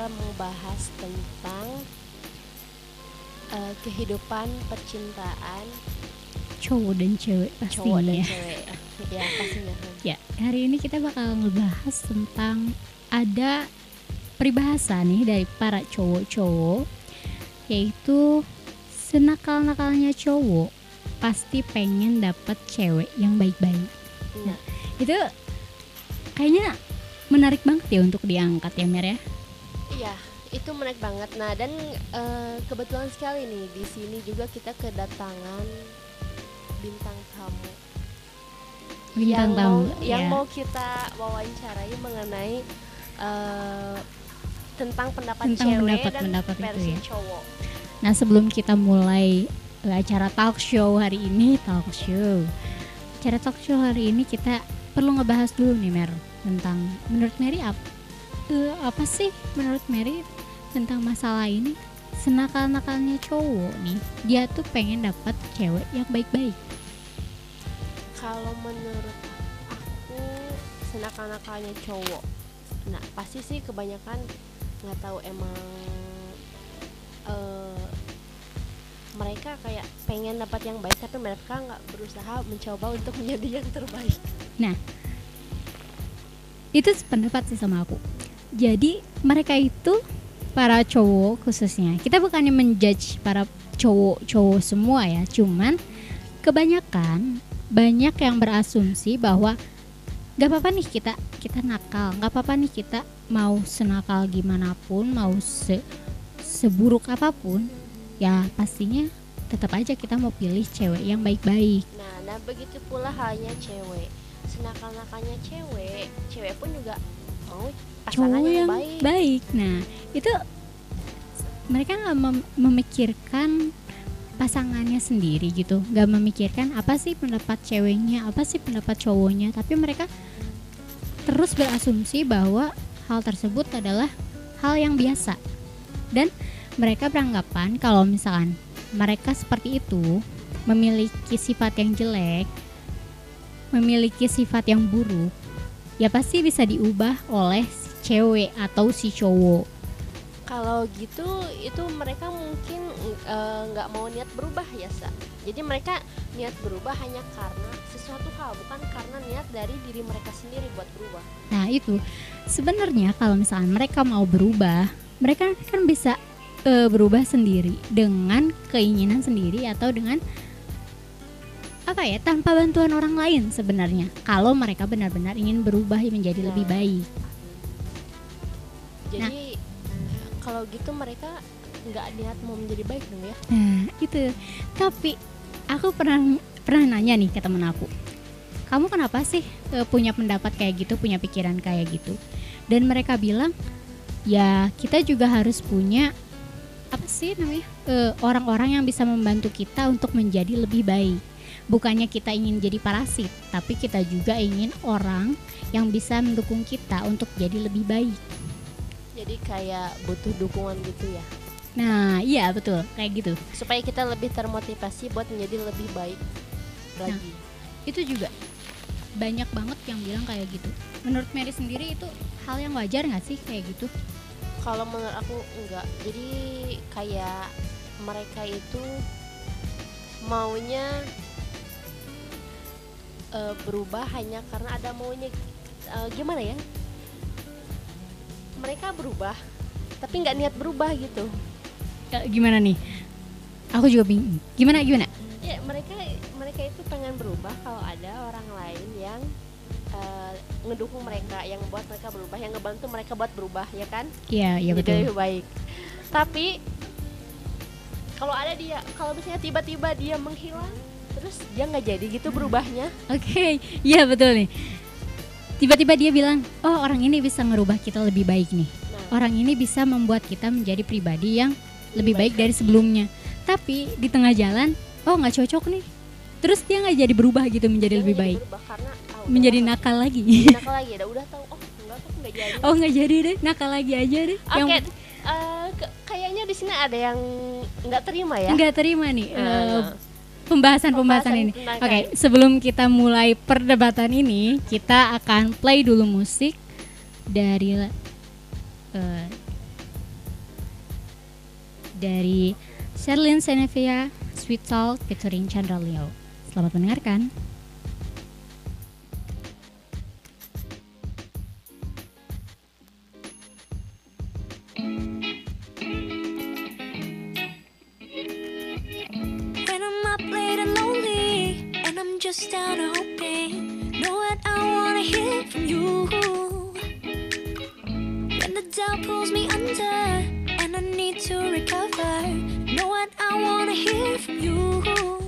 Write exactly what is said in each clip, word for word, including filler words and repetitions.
bakal membahas tentang uh, kehidupan percintaan cowok dan cewek cowok dan pastinya. cewek. Ya pastinya. Ya, hari ini kita bakal ngebahas tentang ada peribahasa nih dari para cowok-cowok, yaitu senakal-nakalnya cowok pasti pengen dapet cewek yang baik-baik. Nah, Itu kayaknya menarik banget ya untuk diangkat ya, Mer ya. iya, itu menarik banget. Nah, dan uh, kebetulan sekali nih di sini juga kita kedatangan bintang tamu Bintang yang tamu, mau yang ya. mau kita wawancarai mengenai uh, tentang pendapat Tentang cewek dan pendapat-pendapat itu versi ya. cowok. Nah, sebelum kita mulai eh, acara talk show hari ini, talk show. Acara talk show hari ini kita perlu ngebahas dulu nih, Mer, tentang menurut Mary apa, apa sih menurut Mary tentang masalah ini? Senakal-nakalnya cowok nih, dia tuh pengen dapat cewek yang baik-baik. Kalau menurut aku senakal-nakalnya cowok, nah pasti sih kebanyakan nggak tahu emang uh, mereka kayak pengen dapat yang baik tapi mereka nggak berusaha mencoba untuk menjadi yang terbaik. Nah, itu pendapat sih sama aku. Jadi mereka itu para cowok khususnya, kita bukannya menjudge para cowok-cowok semua ya, cuman kebanyakan banyak yang berasumsi bahwa gak apa-apa nih kita kita nakal, gak apa-apa nih kita mau senakal gimana pun, mau se, seburuk apapun, ya pastinya tetap aja kita mau pilih cewek yang baik-baik. Nah, nah begitu pula halnya cewek. Senakal-nakalnya cewek, cewek pun juga mau pasangan Cowok yang, yang baik. baik. Nah, itu mereka nggak mem- memikirkan pasangannya sendiri gitu, nggak memikirkan apa sih pendapat ceweknya, apa sih pendapat cowoknya, tapi mereka terus berasumsi bahwa hal tersebut adalah hal yang biasa, dan mereka beranggapan kalau misalkan mereka seperti itu memiliki sifat yang jelek, memiliki sifat yang buruk, ya pasti bisa diubah oleh si cewek atau si cowok. Kalau gitu itu mereka mungkin nggak uh, mau niat berubah ya Sa. Jadi mereka niat berubah hanya karena sesuatu hal, bukan karena niat dari diri mereka sendiri buat berubah. Nah itu sebenarnya kalau misalnya mereka mau berubah, mereka kan bisa uh, berubah sendiri dengan keinginan sendiri atau dengan apa ya, tanpa bantuan orang lain sebenarnya. Kalau mereka benar-benar ingin berubah menjadi Nah, lebih baik. Jadi Nah, kalau gitu mereka nggak niat mau menjadi baik dong ya. Nah itu. Tapi aku pernah pernah nanya nih ke temen aku, kamu kenapa sih e, punya pendapat kayak gitu, punya pikiran kayak gitu? Dan mereka bilang, ya kita juga harus punya apa sih namanya, e, orang-orang yang bisa membantu kita untuk menjadi lebih baik. Bukannya kita ingin jadi parasit, tapi kita juga ingin orang yang bisa mendukung kita untuk jadi lebih baik. Jadi kayak butuh dukungan gitu ya. Nah iya betul, kayak gitu. Supaya kita lebih termotivasi buat menjadi lebih baik lagi. Nah, itu juga banyak banget yang bilang kayak gitu. Menurut Mary sendiri itu hal yang wajar gak sih kayak gitu? Kalau menurut aku enggak. Jadi kayak mereka itu maunya uh, berubah hanya karena ada maunya, uh, gimana ya? Mereka berubah tapi nggak niat berubah gitu. Ya, gimana nih? Aku juga bingung. Gimana gimana? Ya mereka mereka itu pengen berubah kalau ada orang lain yang uh, ngedukung mereka, yang membuat mereka berubah, yang ngebantu mereka buat berubah, ya kan? Iya, iya betul. Jadi lebih baik. Tapi kalau ada dia, kalau misalnya tiba-tiba dia menghilang, terus dia nggak jadi gitu berubahnya. Oke, okay. Iya betul nih. Tiba-tiba dia bilang, oh orang ini bisa ngerubah kita lebih baik nih. Nah, orang ini bisa membuat kita menjadi pribadi yang lebih, lebih baik, baik dari sebelumnya. Tapi di tengah jalan, oh nggak cocok nih. Terus dia nggak jadi berubah gitu menjadi dia lebih baik. Karena, oh, menjadi nakal lagi. Nakal lagi, udah udah tahu. Oh enggak, kok nggak jadi. Oh nggak jadi deh, nakal lagi aja deh. Oke, okay. uh, ke- kayaknya di sini ada yang nggak terima ya. Nggak terima nih. Nah, uh, Pembahasan-pembahasan ini. Oke, okay, sebelum kita mulai perdebatan ini, kita akan play dulu musik dari uh, dari Sherlyn Senevia, Sweet Talk featuring Chandra Leo. Selamat mendengarkan. When I'm up late and lonely, and I'm just down and hoping, know what I wanna hear from you. When the doubt pulls me under, and I need to recover, know what I wanna hear from you.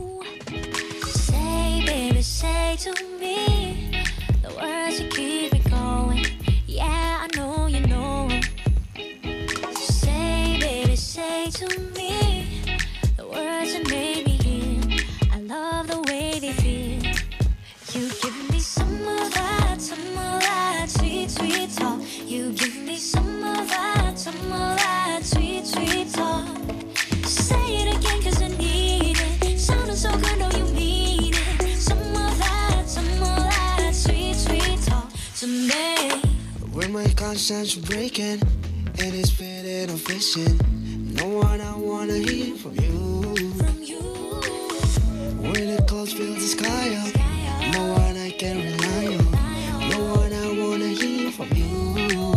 Say, baby, say to me the words that keep me going. Yeah, I know you know 'em. Say, baby, say to me the words that made me heal. I love the way they feel. You give me some of that, some of that sweet, sweet talk. You give me some of that, some of that sweet, sweet talk. Say it again 'cause I need it. Sounding so good, know you mean it. Some of that, some of that sweet, sweet talk to me. When my conscience breaking and it's fading or fishing, know what I wanna hear from you. From you, When the clouds fill the sky up, know what I can rely on. Know what I wanna hear from you.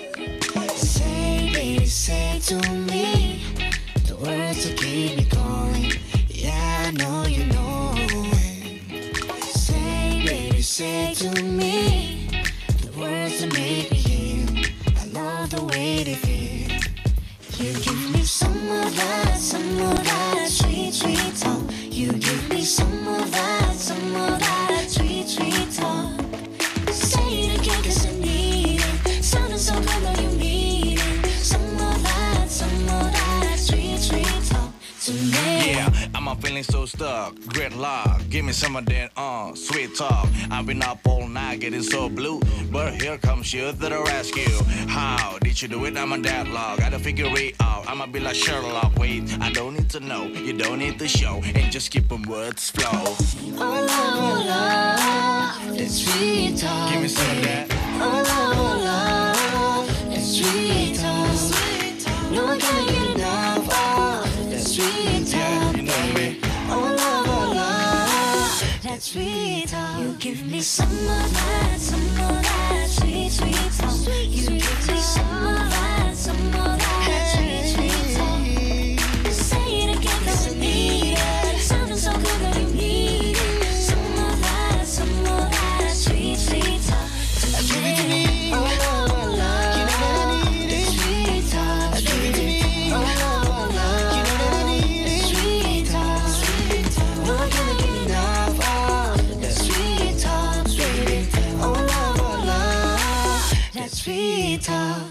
Say, baby, say to me the words that keep me going. Yeah, I know you know it. Say, baby, say to me the words that make me heal. I love the way they feel. You give me some of that, some of that sweet, sweet talk. You give me some of that, some of that sweet, sweet talk. Say it again 'cause I need it. Sounding so good, know you mean it. Some of that, some of that sweet, sweet talk to me. Yeah, I'm a feeling so stuck. Great luck, give me some of that uh, sweet talk. I've been up all night getting so blue, but here comes you to the rescue. How did you do it? I'm a deadlock. Gotta figure it out. I'ma be like Sherlock. Wait, I don't need to know, you don't need to show, and just keep them words flow. Oh, love, oh, love, that sweet talk. Give me some of that. Oh, love, oh, love, that sweet talk. No one can get enough of that sweet Yeah, talk. you know me. Oh, love, oh, love, that sweet talk. You give me some of that, some of that sweet, sweet talk. You give me some of that, some of that sweet, sweet talk. Say it again 'cause I need it. Sounding so good that you need it. Some of that, some of that sweet, sweet talk. Give it to me. Oh, love, oh, love, You know that I need that it. sweet talk. Give it to me. Oh, love, oh, love, You know that I need that it. sweet talk. No one can get enough of that sweet talk, baby. Oh, love, oh, love, that sweet talk.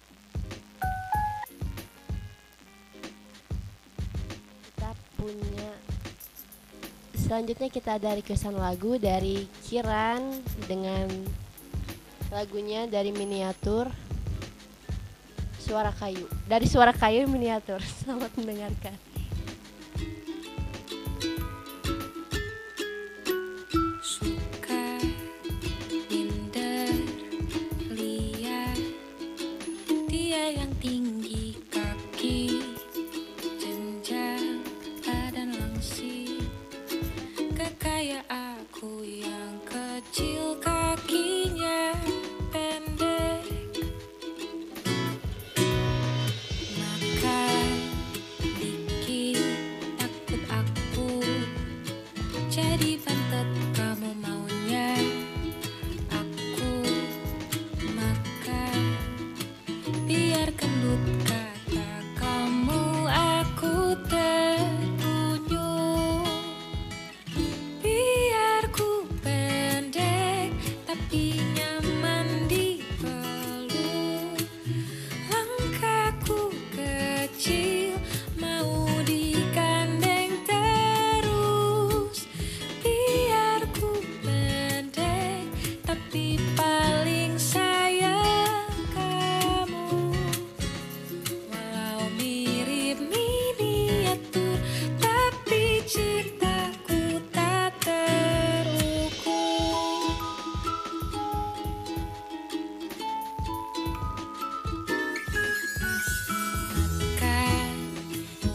Kita punya selanjutnya kita ada requestan lagu dari Kiran dengan lagunya dari Miniatur Suara Kayu. Dari Suara Kayu Miniatur. Selamat mendengarkan. Suka minder lihat dia yang tinggi kaki, jenjang badan langsing, kekaya aku yang kecil kakinya pendek. Makan dikit takut aku jadi pantat kamu maunya. Aku makan biar gendut kata kamu, aku tertunyuk. Biar ku pendek tapi nyaman dipeluk. Langkahku kecil mau digandeng terus. Biar ku pendek tapi paling sayang kamu. Walau mirip miniatur tapi cintaku tak terukur. Makan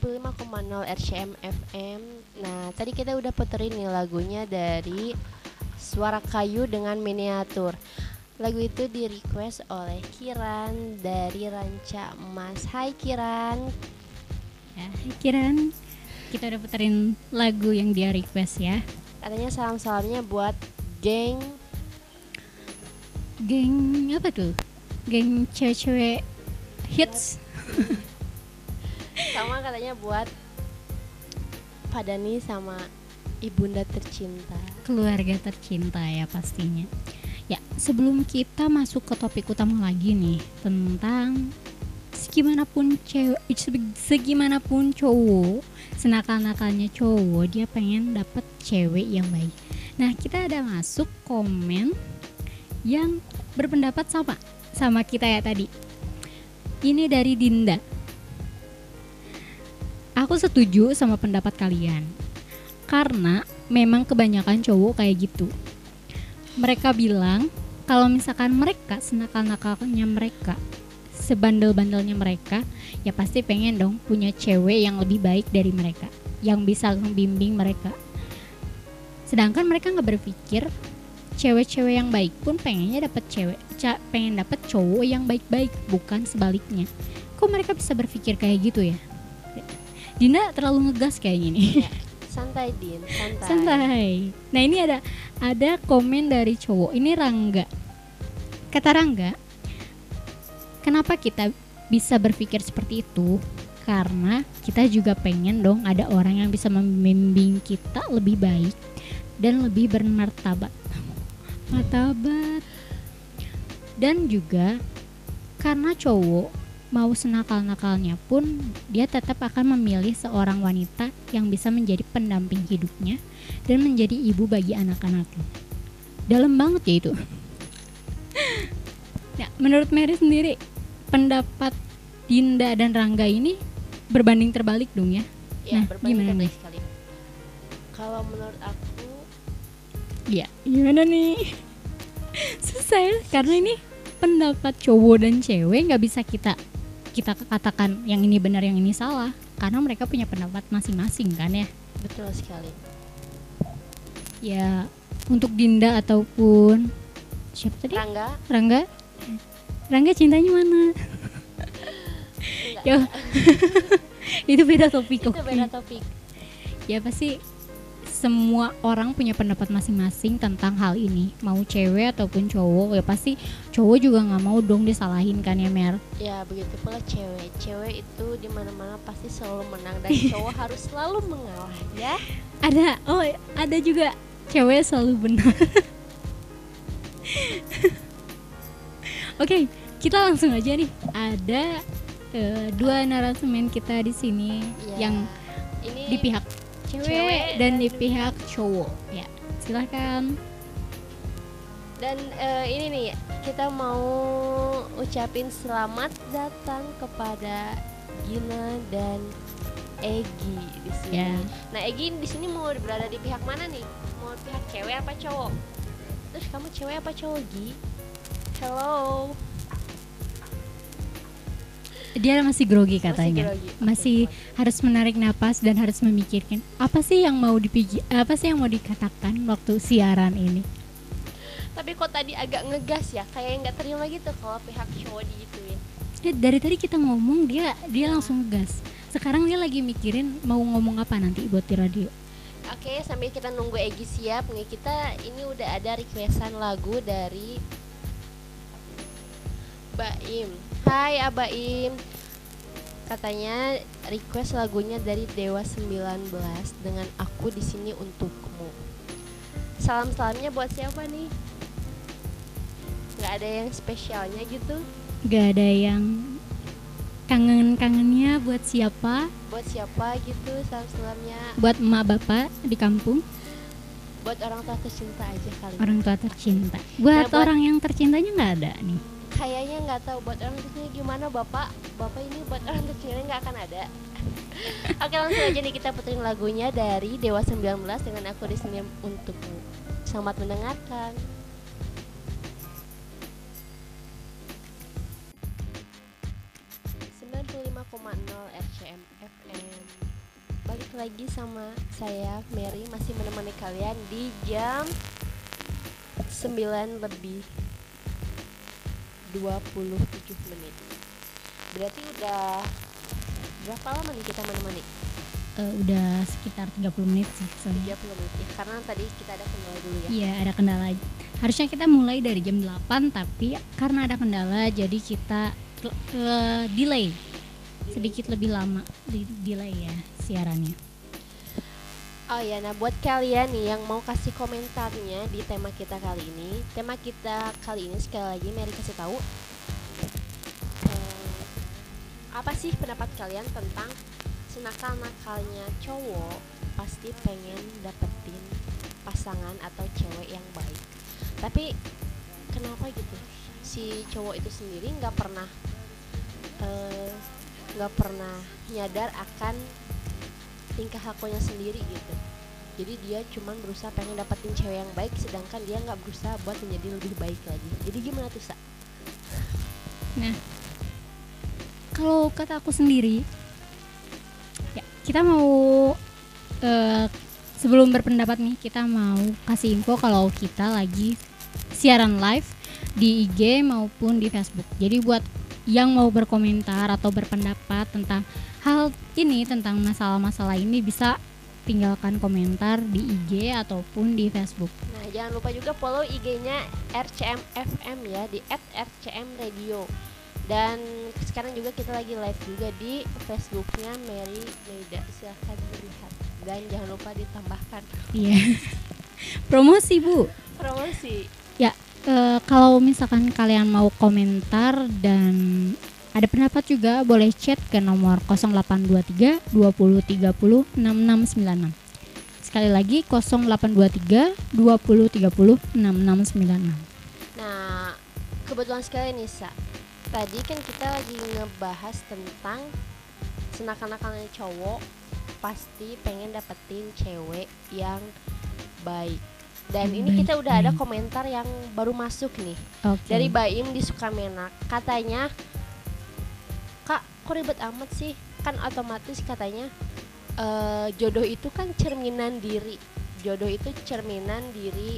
puluh lima koma nol R C M F M. Nah, tadi kita udah puterin nih lagunya dari Suara Kayu dengan Miniatur. Lagu itu di request oleh Kiran dari Ranca Emas. Hai Kiran. Ya, Kiran, kita udah puterin lagu yang dia request ya. Katanya salam-salamnya buat geng Geng apa tuh? Geng cewek-cewek hits. sama katanya buat Padani sama ibunda tercinta. Keluarga tercinta ya pastinya. Ya, sebelum kita masuk ke topik utama lagi nih tentang segimanapun cewek, segimanapun cowok, senakal-nakalnya cowok, dia pengen dapet cewek yang baik. Nah, kita ada masuk komen yang berpendapat sama sama kita ya tadi. Ini dari Dinda. Aku setuju sama pendapat kalian. Karena memang kebanyakan cowok kayak gitu. Mereka bilang kalau misalkan mereka senakal-nakalnya mereka, sebandel-bandelnya mereka, ya pasti pengen dong punya cewek yang lebih baik dari mereka, yang bisa membimbing mereka. Sedangkan mereka nggak berpikir cewek-cewek yang baik pun pengennya dapet cewek, ca- pengen dapet cowok yang baik-baik, bukan sebaliknya. Kok mereka bisa berpikir kayak gitu ya? Dina terlalu ngegas kayak gini. Ya, santai Din, santai. Santai. Nah ini ada ada komen dari cowok. Ini Rangga. Kata Rangga, kenapa kita bisa berpikir seperti itu? Karena kita juga pengen dong ada orang yang bisa membimbing kita lebih baik dan lebih bermartabat. Martabat. Dan juga karena cowok mau senakal-nakalnya pun dia tetap akan memilih seorang wanita yang bisa menjadi pendamping hidupnya dan menjadi ibu bagi anak-anaknya. Dalam banget ya itu. Nah, menurut Mary sendiri, pendapat Dinda dan Rangga ini berbanding terbalik dong ya? Ya, Nah, berbanding gimana terbalik nih? sekali. Kalau menurut aku, Ya, gimana nih? Susah ya, karena ini pendapat cowok dan cewek nggak bisa kita kita katakan yang ini benar yang ini salah, karena mereka punya pendapat masing-masing kan ya. betul sekali. Ya, untuk Dinda ataupun siapa tadi? Rangga, Rangga. Rangga cintanya mana? enggak. Yo. Itu beda topik. Itu oke. beda topik. Ya pasti semua orang punya pendapat masing-masing tentang hal ini, mau cewek ataupun cowok. Ya pasti cowok juga nggak mau dong disalahin kan ya Mer. Ya, begitu pula cewek. Cewek itu di mana-mana pasti selalu menang dan cowok harus selalu mengalah, ya. Ada, oh ada juga cewek selalu benar. Oke, kita langsung aja nih. Ada eh, dua narasumber kita di sini Ya, yang ini di pihak cewek, Cewek dan dan di di pihak cowok. Ya, silakan. dan eh, ini nih kita mau ucapin selamat datang kepada Gina dan Egi di sini. Ya. Nah, Egi di sini mau berada di pihak mana nih? Mau pihak cewek apa cowok? Terus kamu cewek apa cowok, Gi? Hello. Dia masih grogi katanya. grogi. Oke, Masih harus menarik napas dan harus memikirkan apa sih yang mau dipikir, apa sih yang mau dikatakan waktu siaran ini. Tapi kok tadi agak ngegas ya, kayak nggak terima gitu kalau pihak cowok digituin. Ya, dari tadi kita ngomong dia dia langsung gas. Sekarang dia lagi mikirin mau ngomong apa nanti buat di radio. Oke, sambil kita nunggu Egi siap nih, kita ini udah ada requestan lagu dari Baim. Hai Abaim. Katanya request lagunya dari Dewa sembilan belas dengan Aku di Sini Untukmu. Salam-salamnya buat siapa nih? Gak ada yang spesialnya gitu? Gak ada yang kangen-kangennya buat siapa? Buat siapa gitu salam-salamnya? Buat emak bapak di kampung, Buat orang tua tercinta aja kali. orang tua tercinta. Buat, Nah, buat- orang yang tercintanya nggak ada nih. Kayaknya nggak tahu buat orang tercinta gimana bapak. Bapak ini buat orang tercinta nggak akan ada. Oke, langsung aja nih kita puterin lagunya dari Dewa sembilan belas dengan Aku di Sini Untukmu. Selamat mendengarkan. sembilan puluh lima koma nol R C M F M. Balik lagi sama saya Mary, masih menemani kalian di jam sembilan lebih dua puluh tujuh menit. Berarti udah berapa lama nih kita menemani? Eh, udah sekitar tiga puluh menit sih soalnya. tiga puluh menit ya, karena tadi kita ada kendala dulu ya. Iya, ada kendala. Harusnya kita mulai dari jam delapan, tapi karena ada kendala jadi kita uh, delay sedikit lebih lama di delay ya siarannya. Oh ya, nah buat kalian nih yang mau kasih komentarnya di tema kita kali ini, tema kita kali ini sekali lagi Mary kasih tahu, eh, apa sih pendapat kalian tentang senakal-nakalnya cowok pasti pengen dapetin pasangan atau cewek yang baik, tapi kenapa gitu si cowok itu sendiri nggak pernah eh, nggak pernah nyadar akan tingkah lakunya sendiri gitu. Jadi dia cuman berusaha pengen dapetin cewek yang baik, sedangkan dia nggak berusaha buat menjadi lebih baik lagi. Jadi gimana tuh, Sa? Nah, kalau kata aku sendiri, ya kita mau uh, sebelum berpendapat nih, kita mau kasih info kalau kita lagi siaran live di I G maupun di Facebook. Jadi buat yang mau berkomentar atau berpendapat tentang hal ini, tentang masalah-masalah ini, bisa tinggalkan komentar di I G ataupun di Facebook. Nah, jangan lupa juga follow I G-nya R C M F M ya, di et R C M Radio. Dan sekarang juga kita lagi live juga di Facebooknya Mary Meida, silahkan dilihat. Dan jangan lupa ditambahkan Iya. Promosi, Bu. promosi. Ya, e, kalau misalkan kalian mau komentar dan ada pendapat juga, boleh chat ke nomor nol delapan dua tiga dua nol tiga nol enam enam sembilan enam. Sekali lagi nol delapan dua tiga dua nol tiga nol enam enam sembilan enam. Nah, kebetulan sekali nih, Sa. Tadi kan kita lagi ngebahas tentang senakal-nakalnya cowok pasti pengen dapetin cewek yang baik. Dan ini Baik, kita udah ada baik. komentar yang baru masuk nih Oke. dari Baim di Sukamenak. Katanya, Kak, kok ribet amat sih? Kan otomatis katanya eh, jodoh itu kan cerminan diri. Jodoh itu cerminan diri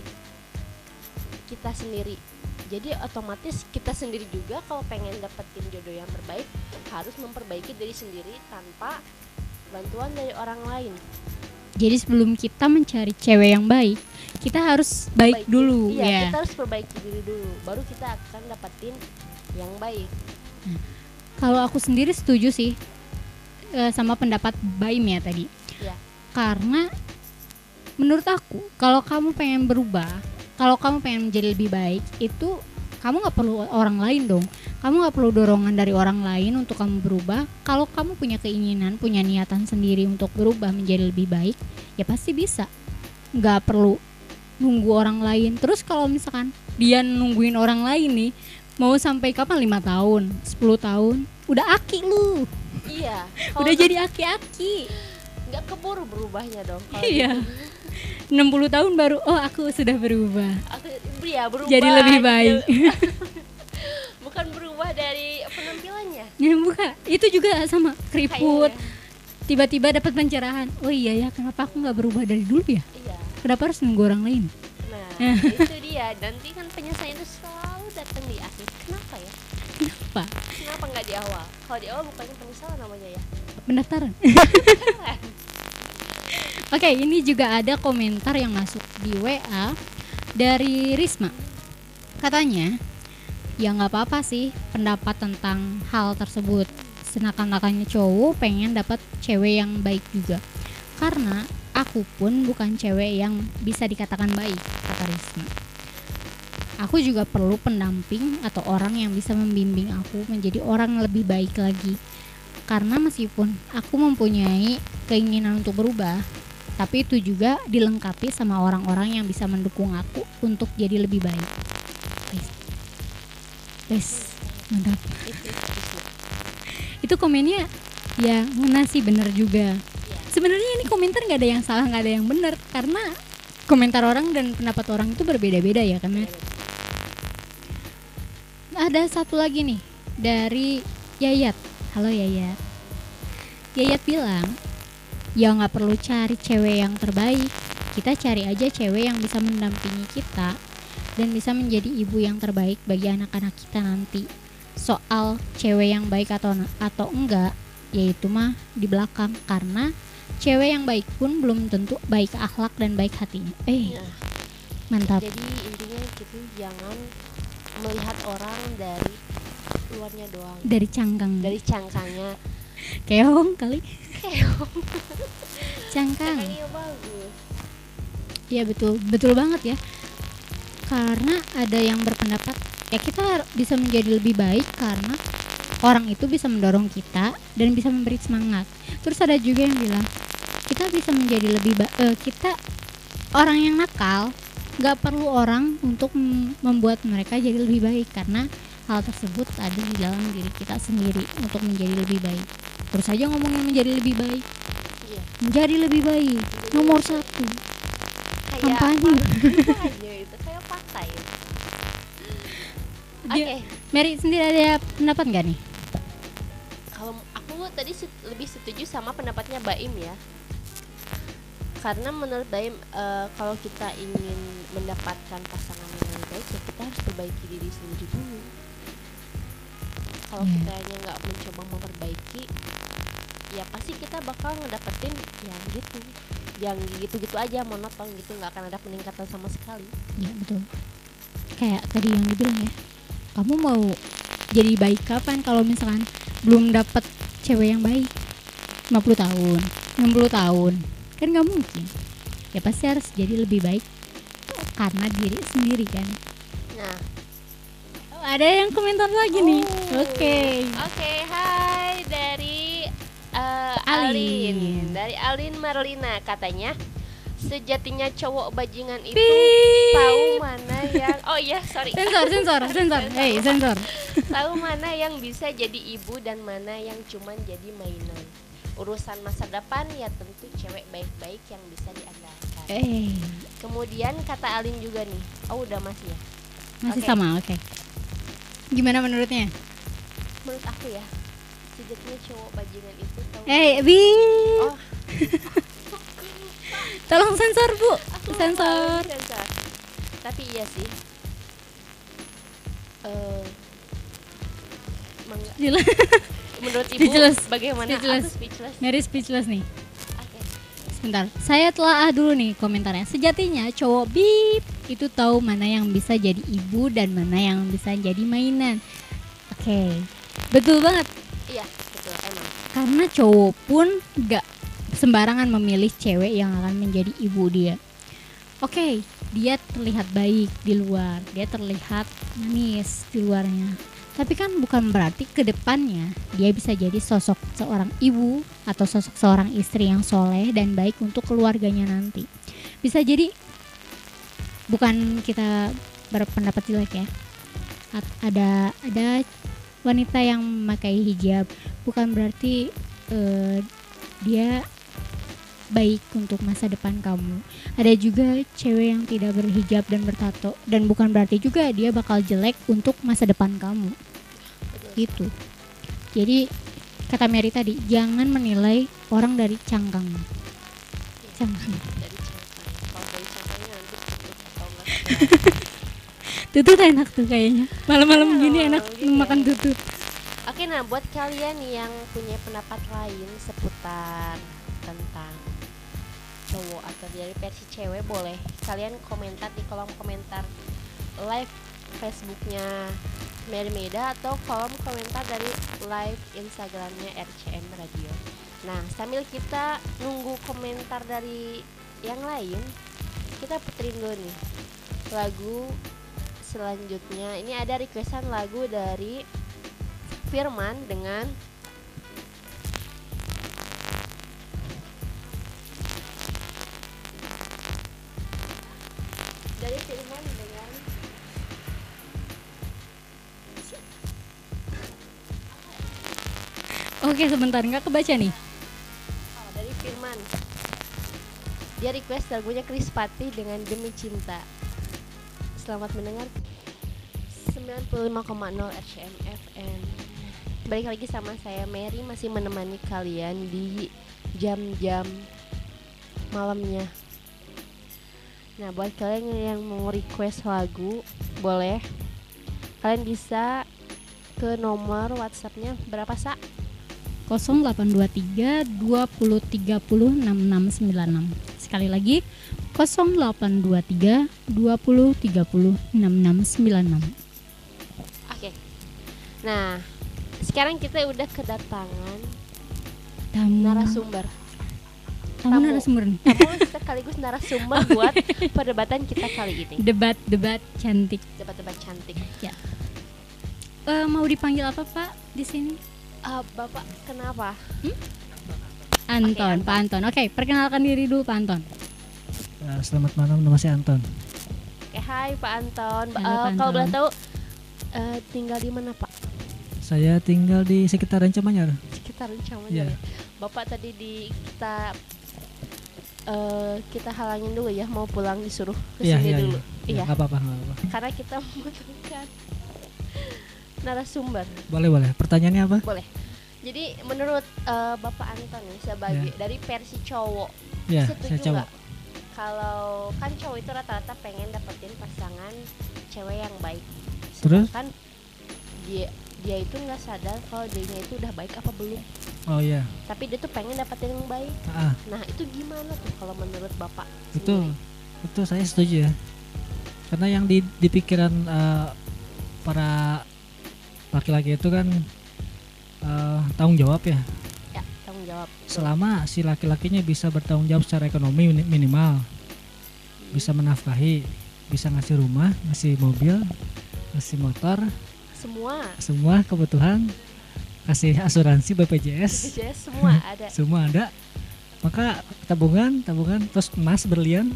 kita sendiri. Jadi otomatis kita sendiri juga kalau pengen dapetin jodoh yang terbaik harus memperbaiki diri sendiri tanpa bantuan dari orang lain. Jadi sebelum kita mencari cewek yang baik, kita harus baik Perbaiki- dulu iya, ya. kita harus perbaiki diri dulu, baru kita akan dapetin yang baik. Kalau aku sendiri setuju sih e, sama pendapat Baim ya tadi. Ya. Karena menurut aku, kalau kamu pengen berubah, kalau kamu pengen menjadi lebih baik, itu kamu nggak perlu orang lain dong. Kamu nggak perlu dorongan dari orang lain untuk kamu berubah. Kalau kamu punya keinginan, punya niatan sendiri untuk berubah menjadi lebih baik, ya pasti bisa. Nggak perlu nunggu orang lain. Terus kalau misalkan dia nungguin orang lain nih, mau sampai kapan? lima tahun, sepuluh tahun, udah aki lu. Iya. Udah jadi aki-aki. nggak keburu berubahnya dong. Kalau Iya. gitu. enam puluh tahun baru, oh aku sudah berubah. Aku, iya, berubah. Jadi lebih baik. Bukan berubah dari penampilannya. Ya bukan, itu juga sama keriput. Kayaknya. Tiba-tiba dapat pencerahan. Oh iya ya, kenapa aku nggak berubah dari dulu ya? Iya. Kenapa harus nunggu orang lain? Nah, itu dia. Nanti kan penyesalan itu selalu datang di akhir. Kenapa ya? Kenapa? Kenapa nggak di awal? Kalau di awal bukannya penyesalan namanya ya? Pendaftaran. Oke, ini juga ada komentar yang masuk di W A dari Risma. Katanya, ya nggak apa-apa sih pendapat tentang hal tersebut. Senakal-nakalnya cowok pengen dapat cewek yang baik juga. Karena aku pun bukan cewek yang bisa dikatakan baik, kata Risma. Aku juga perlu pendamping atau orang yang bisa membimbing aku menjadi orang lebih baik lagi. Karena meskipun aku mempunyai keinginan untuk berubah, tapi itu juga dilengkapi sama orang-orang yang bisa mendukung aku untuk jadi lebih baik. Guys, guys, mantap. Itu, itu. Itu komennya ya ngena sih, bener juga. Sebenarnya ini komentar nggak ada yang salah, nggak ada yang benar, karena komentar orang dan pendapat orang itu berbeda-beda ya kan ya. Ada satu lagi nih dari Yayat. Halo Yayat. Yayat bilang, ya nggak perlu cari cewek yang terbaik, kita cari aja cewek yang bisa mendampingi kita dan bisa menjadi ibu yang terbaik bagi anak-anak kita nanti. Soal cewek yang baik atau atau enggak, yaitu mah di belakang, karena cewek yang baik pun belum tentu baik akhlak dan baik hatinya. Eh, Nah, mantap. jadi intinya gitu, jangan melihat orang dari luarnya doang, Dari cangkang, dari cangkangnya. keong kali, Keong, cangkang. cangkangnya bagus. Iya betul, betul banget ya. Karena ada yang berpendapat ya kita bisa menjadi lebih baik karena orang itu bisa mendorong kita dan bisa memberi semangat. Terus ada juga yang bilang kita bisa menjadi lebih ba- eh, kita orang yang nakal nggak perlu orang untuk mem- membuat mereka jadi lebih baik, karena hal tersebut ada di dalam diri kita sendiri untuk menjadi lebih baik. Terus aja ngomongin menjadi lebih baik, Iya, menjadi lebih baik nomor satu. kayak Kampanye. apa aja itu, kayak partai. Oke, Dia- Mary sendiri ada pendapat nggak nih? kalau aku tadi set- lebih setuju sama pendapatnya Baim ya. Karena menurut Baim, eh, kalau kita ingin mendapatkan pasangan yang lebih baik, ya kita harus perbaiki diri sendiri dulu. Kalau Iya. kita hanya nggak mencoba memperbaiki, ya pasti kita bakal ngedapetin yang gitu, yang gitu-gitu aja, monoton gitu, nggak akan ada peningkatan sama sekali. Ya betul. Kayak tadi yang dibilang ya, kamu mau jadi baik kapan kalau misalkan belum dapat cewek yang baik? lima puluh tahun, enam puluh tahun, kan nggak mungkin. Ya pasti harus jadi lebih baik karena diri sendiri kan. Nah, Oh, ada yang komentar lagi nih. Oh. Oke. Oke, hai dari eh, Alin. Alin. Dari Alin Marlina, katanya sejatinya cowok bajingan itu Pip. tahu mana yang oh iya sorry Sensor, sensor, sensor. Hey, sensor. tahu mana yang bisa jadi ibu dan mana yang cuman jadi mainan. Urusan masa depan ya tentu cewek baik-baik yang bisa diandalkan. Eh, Kemudian kata Alin juga nih, oh udah masih ya. masih Oke. sama, oke. Gimana menurutnya? Menurut aku ya, sejatinya cowok bajingan itu tahu. Eh, Bi. Oh, Tolong sensor, Bu. aku Sensor. tahu, sensor. Tapi iya sih. Eh, mangga- Gila. menurut ibu Speechless. bagaimana? Speechless. Aku speechless. Mary speechless nih. Oke. Sebentar, saya telah dulu nih komentarnya. Sejatinya cowok bip itu tahu mana yang bisa jadi ibu dan mana yang bisa jadi mainan. Oke, betul banget. Iya, betul emang. Karena cowok pun gak sembarangan memilih cewek yang akan menjadi ibu dia. Oke, dia terlihat baik di luar, dia terlihat manis di luarnya. Tapi kan bukan berarti ke depannya dia bisa jadi sosok seorang ibu atau sosok seorang istri yang soleh dan baik untuk keluarganya nanti. Bisa jadi, bukan kita berpendapat jelek ya. At- ada ada wanita yang memakai hijab, bukan berarti eh, dia baik untuk masa depan kamu. Ada juga cewek yang tidak berhijab dan bertato, dan bukan berarti juga dia bakal jelek untuk masa depan kamu. Gitu. Jadi kata Mary tadi, jangan menilai orang dari cangkang. Cangkang. Dari cangkang. Kalau dari cangkangnya nanti tutut atau enggak. Tutut enak tuh kayaknya. Malam-malam Iya, gini enak malam gini makan enak. tutut. Oke, nah buat kalian yang punya pendapat lain seputar tentang cowok atau dari versi cewek, boleh kalian komentar di kolom komentar live Facebooknya Mary Meda atau kolom komentar dari live Instagramnya R C M Radio. Nah, sambil kita nunggu komentar dari yang lain, kita puterin dulu nih lagu selanjutnya. Ini ada requestan lagu dari Firman dengan dari Firman dengan Oke, sebentar nggak kebaca nih. oh, dari Firman. Dia request lagunya Chris Patti dengan Demi Cinta. Selamat mendengar sembilan puluh lima koma nol R C M F M. balik lagi sama saya Mary, masih menemani kalian di jam-jam malamnya. Nah, buat kalian yang mau request lagu, boleh. Kalian bisa ke nomor WhatsApp-nya berapa, Sa? nol delapan dua tiga dua nol tiga nol enam enam sembilan enam. Sekali lagi nol delapan dua tiga dua nol tiga nol enam enam sembilan enam. Oke. Nah, sekarang kita udah kedatangan Tamu narasumber. Tamu tamu. narasumber nih. Tamu sekaligus narasumber buat perdebatan kita kali ini. Debat-debat cantik. Debat-debat cantik. Ya. Eh, mau dipanggil apa, Pak, di sini? Ah, Bapak kenapa? Anton, Oke, Pak Anton. Oke, perkenalkan diri dulu, Pak Anton. Uh, selamat malam, nama saya Anton. Oke, hai Pak Anton. Ba- Halo, eh, Pak kalau Anton. boleh tahu eh, tinggal di mana, Pak? Saya tinggal di sekitaran Camanyar. Sekitar Camanjar. Iya. Ya. Bapak tadi di kita eh, kita halangin dulu ya, mau pulang disuruh ke Iya, sini iya, dulu. iya. Iya. Nggak apa-apa, nggak apa-apa. Karena kita membutuhkan narasumber. Boleh, boleh. Pertanyaannya apa? Boleh. Jadi menurut eh, Bapak Anton nih sebagai Iya. dari versi cowok, Ya, saya setuju coba. nggak kalau kan cowok itu rata-rata pengen dapetin pasangan cewek yang baik, Terus? sedangkan dia dia itu nggak sadar kalau dirinya itu udah baik apa belum, Oh iya. tapi dia tuh pengen dapetin yang baik. Ah, Nah itu gimana tuh kalau menurut Bapak itu sendiri? itu saya setuju ya. Karena yang di, di pikiran uh, para laki-laki itu kan uh, tanggung jawab ya. Ya tanggung jawab. Selama si laki-lakinya bisa bertanggung jawab secara ekonomi mini- minimal, bisa menafkahi, bisa ngasih rumah, ngasih mobil, ngasih motor, Semua semua kebutuhan, kasih asuransi B P J S, B P J S semua ada. semua ada. Maka tabungan, tabungan terus emas berlian.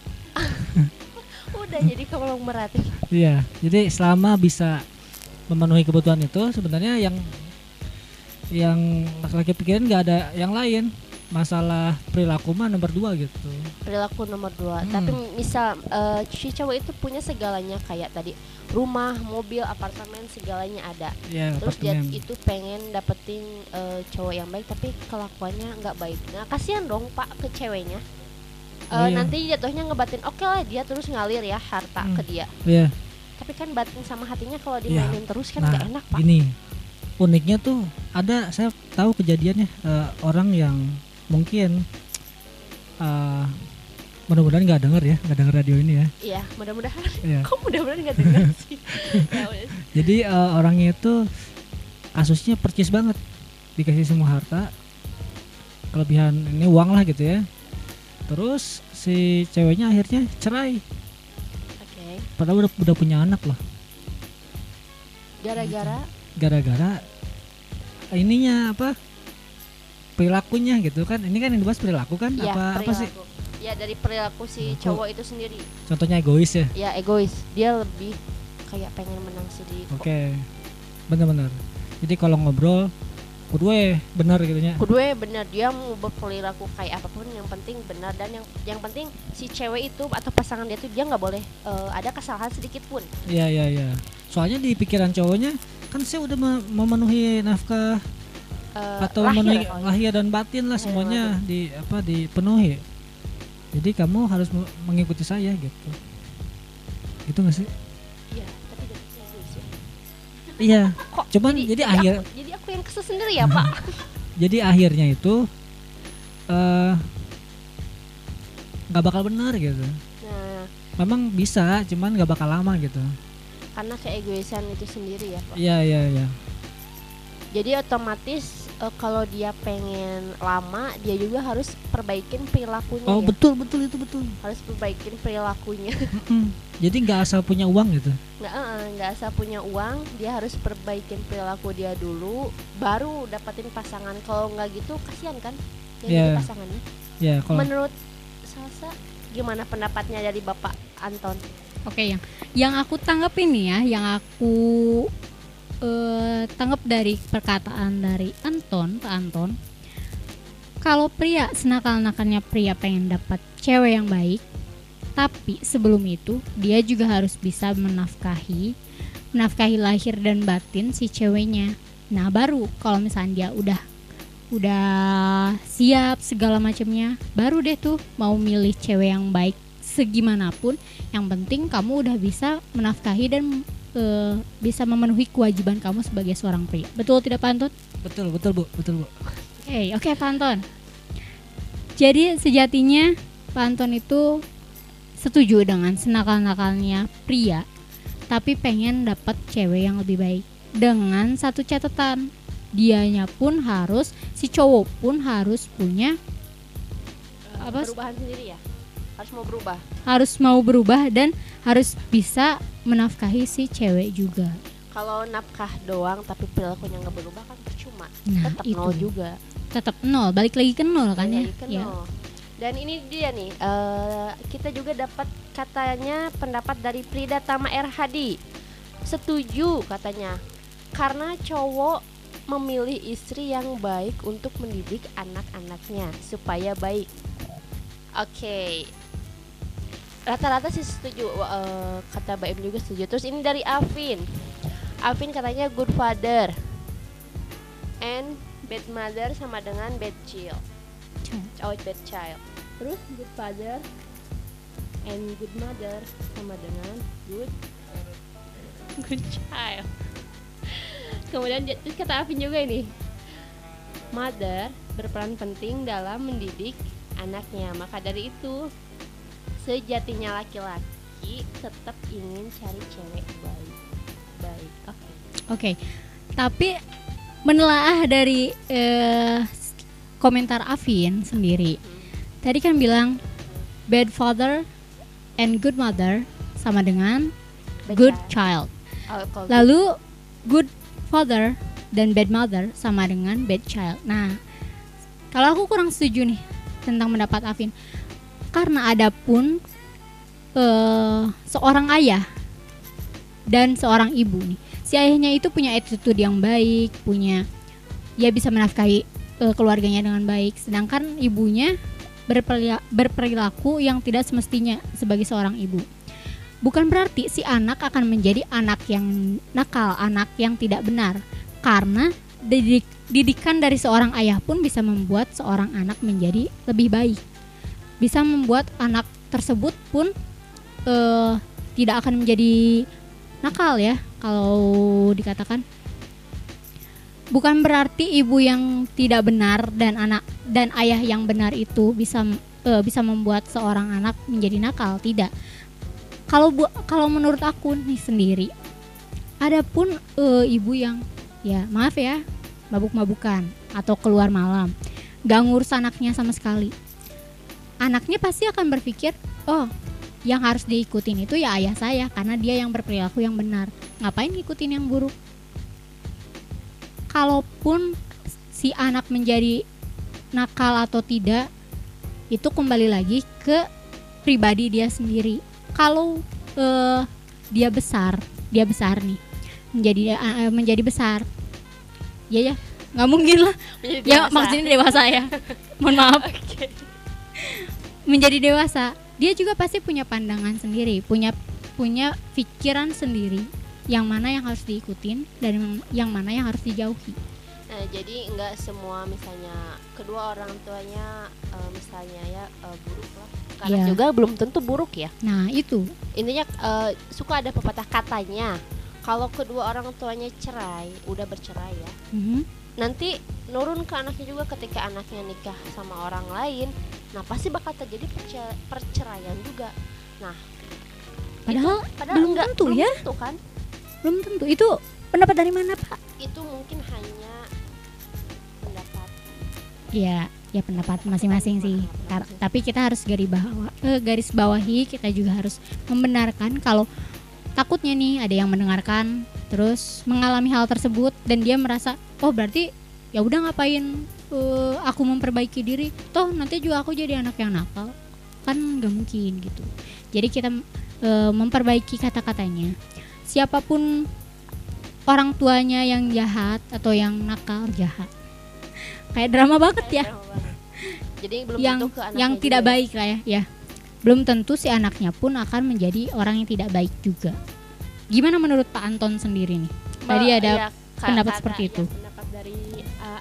Udah jadi konglomerat. Iya, jadi selama bisa memenuhi kebutuhan itu sebenarnya yang yang laki-laki pikirin nggak ada yang lain. Masalah perilaku mah nomor dua gitu. Perilaku nomor dua. Hmm. Tapi misal eh, si cowok itu punya segalanya kayak tadi rumah, mobil, apartemen, segalanya ada. Ya, Terus dia apartemen. itu pengen dapetin eh, cowok yang baik tapi kelakuannya nggak baik. Nah kasihan dong Pak ke ceweknya. Eh, Oh, iya. Nanti jatuhnya ngebatin oke lah dia terus ngalir ya harta Hmm. ke dia. Iya. Tapi kan batin sama hatinya kalau Iya. dimainin terus kan Nah, nggak enak Pak. gini, uniknya tuh ada, saya tahu kejadiannya eh, orang yang mungkin eh, mudah-mudahan nggak denger ya, nggak denger radio ini ya. Iya mudah-mudahan. Iya. Kok mudah-mudahan nggak dengar sih. Ya udah. Jadi eh, orangnya itu kasusnya percis banget, dikasih semua harta, kelebihan ini uang lah gitu ya. Terus si ceweknya akhirnya cerai, Oke. padahal udah udah punya anak loh. Gara-gara Gara-gara ininya apa? Perilakunya gitu kan. Ini kan yang dibahas perilaku kan? ya apa apa sih? perilaku. Ya dari perilaku si Perilaku. cowok itu sendiri. Contohnya egois ya. Ya egois. Dia lebih kayak pengen menang sendiri. kok. Oke. Bener-bener. Jadi kalau ngobrol kedua benar gitu nya. Kedua benar, dia mau berperilaku kayak apapun yang penting benar, dan yang yang penting si cewek itu atau pasangan dia tuh dia nggak boleh eh, ada kesalahan sedikit pun. Iya iya iya. Soalnya di pikiran cowoknya kan saya udah me- memenuhi nafkah Eh, atau lahir memenuhi kalau lahir dan batin lah Lahir semuanya di apa dipenuhi. Jadi kamu harus me- mengikuti saya gitu. Gitu nggak sih? Iya, tapi dia bisa egois ya. Iya. Kok Cuman jadi akhir- aku, jadi aku yang kesel sendiri ya Pak. Jadi akhirnya itu eh nggak bakal benar gitu. Nah, Memang bisa, cuman nggak bakal lama gitu. karena keegoisan itu sendiri ya Pak. Iya iya iya. Jadi otomatis eh, kalau dia pengen lama, dia juga harus perbaikin perilakunya Oh ya. betul betul itu betul. Harus perbaikin perilakunya. Mm-mm. Jadi nggak asal punya uang gitu. Nggak eh, nggak asal punya uang, dia harus perbaikin perilaku dia dulu, baru dapetin pasangan. Kalau nggak gitu kasihan kan yang Iya. jadi pasangannya. Ya kalau Menurut Salsa gimana pendapatnya dari Bapak Anton? Oke, yang yang aku tanggapin nih ya, yang aku eh, tanggap dari perkataan dari Anton, Pak Anton. Kalau pria senakal-nakalnya pria pengen dapat cewek yang baik, tapi sebelum itu dia juga harus bisa menafkahi, menafkahi lahir dan batin si ceweknya. Nah baru kalau misalnya dia udah udah siap segala macamnya, baru deh tuh mau milih cewek yang baik segimanapun. Yang penting kamu udah bisa menafkahi dan uh, bisa memenuhi kewajiban kamu sebagai seorang pria. Betul tidak Pak Anton? Betul, betul Bu, betul Bu. Oke, okay, oke okay, Pak Anton. Jadi sejatinya Pak Anton itu setuju dengan senakal-nakalnya pria, tapi pengen dapat cewek yang lebih baik. Dengan satu catatan, dianya pun harus, si cowok pun harus punya Uh, apa? Perubahan sendiri ya. Harus mau berubah. Harus mau berubah dan harus bisa menafkahi si cewek juga. Kalau nafkah doang tapi perilakunya nggak berubah kan percuma. Nah, Tetap itu. nol juga. Tetap nol, balik lagi ke nol kan ya? Balik ke Ya. nol. Dan ini dia nih, uh, kita juga dapat katanya pendapat dari Prida Tama R Hadi. Setuju katanya, karena cowok memilih istri yang baik untuk mendidik anak-anaknya supaya baik. Oke, rata-rata sih setuju, uh, kata Mbak Em juga setuju. Terus ini dari Afin. Afin katanya good father and bad mother sama dengan bad child. Oh, bad child. Terus good father and good mother sama dengan good good child. Kemudian dia- terus kata Afin juga ini, mother berperan penting dalam mendidik anaknya. Maka dari itu sejatinya laki-laki tetap ingin cari cewek baik. Baik. Oke. Oke, tapi menelaah dari eh, komentar Afin sendiri, tadi kan bilang bad father and good mother sama dengan Bad good child. child. Oh, kalau Lalu good father dan bad mother sama dengan bad child. Nah, kalau aku kurang setuju nih tentang pendapat Afin, karena ada pun eh, seorang ayah dan seorang ibu nih. Si ayahnya itu punya attitude yang baik, punya ya bisa menafkahi eh, keluarganya dengan baik, sedangkan ibunya berperila- berperilaku yang tidak semestinya sebagai seorang ibu. Bukan berarti si anak akan menjadi anak yang nakal, anak yang tidak benar. Karena didik, didikan dari seorang ayah pun bisa membuat seorang anak menjadi lebih baik. Bisa membuat anak tersebut pun eh, tidak akan menjadi nakal ya, kalau dikatakan. Bukan berarti ibu yang tidak benar dan anak dan ayah yang benar itu bisa eh, bisa membuat seorang anak menjadi nakal, tidak. Kalau bu, kalau menurut aku nih sendiri, ada pun e, ibu yang ya maaf ya mabuk-mabukan atau keluar malam, gak ngurus anaknya sama sekali. Anaknya pasti akan berpikir, oh yang harus diikutin itu ya ayah saya karena dia yang berperilaku yang benar. Ngapain ngikutin yang buruk? Kalaupun si anak menjadi nakal atau tidak, itu kembali lagi ke pribadi dia sendiri. Kalau uh, dia besar, dia besar nih, menjadi uh, menjadi besar, ya ya, nggak mungkin lah. menjadi Ya dewasa. maksudnya dewasa ya, mohon maaf. Oke. Menjadi dewasa, dia juga pasti punya pandangan sendiri, punya punya pikiran sendiri, yang mana yang harus diikutin dan yang mana yang harus dijauhi. Nah, jadi nggak semua misalnya kedua orang tuanya eh, misalnya ya eh, buruk lah. Karena Iya. juga belum tentu buruk ya. Nah itu, Intinya eh, suka ada pepatah katanya, kalau kedua orang tuanya cerai, udah bercerai ya, mhm. nanti nurun ke anaknya juga ketika anaknya nikah sama orang lain. Nah, pasti bakal terjadi perce- perceraian juga. Nah, Padahal itu, padahal belum enggak, tentu belum ya. tentu kan? Belum tentu. Itu pendapat dari mana Pak? Itu mungkin hanya pendapat. Ya, ya pendapat masing-masing sih. Pendapat Tar- masing-masing. tapi kita harus garis bawah, eh, garis bawahi, kita juga harus membenarkan kalau takutnya nih ada yang mendengarkan terus mengalami hal tersebut dan dia merasa, oh berarti ya udah ngapain eh, aku memperbaiki diri, toh nanti juga aku jadi anak yang nakal, kan nggak mungkin gitu. Jadi kita eh, memperbaiki kata-katanya. Siapapun orang tuanya yang jahat atau yang nakal, jahat, kayak drama banget ya, Drama banget. Jadi belum yang tentu ke anaknya yang juga tidak ya. baik lah ya, ya belum tentu si anaknya pun akan menjadi orang yang tidak baik juga. Gimana menurut Pak Anton sendiri nih? Tadi Ba- ada iya, ka- pendapat kata- seperti iya, itu. pendapat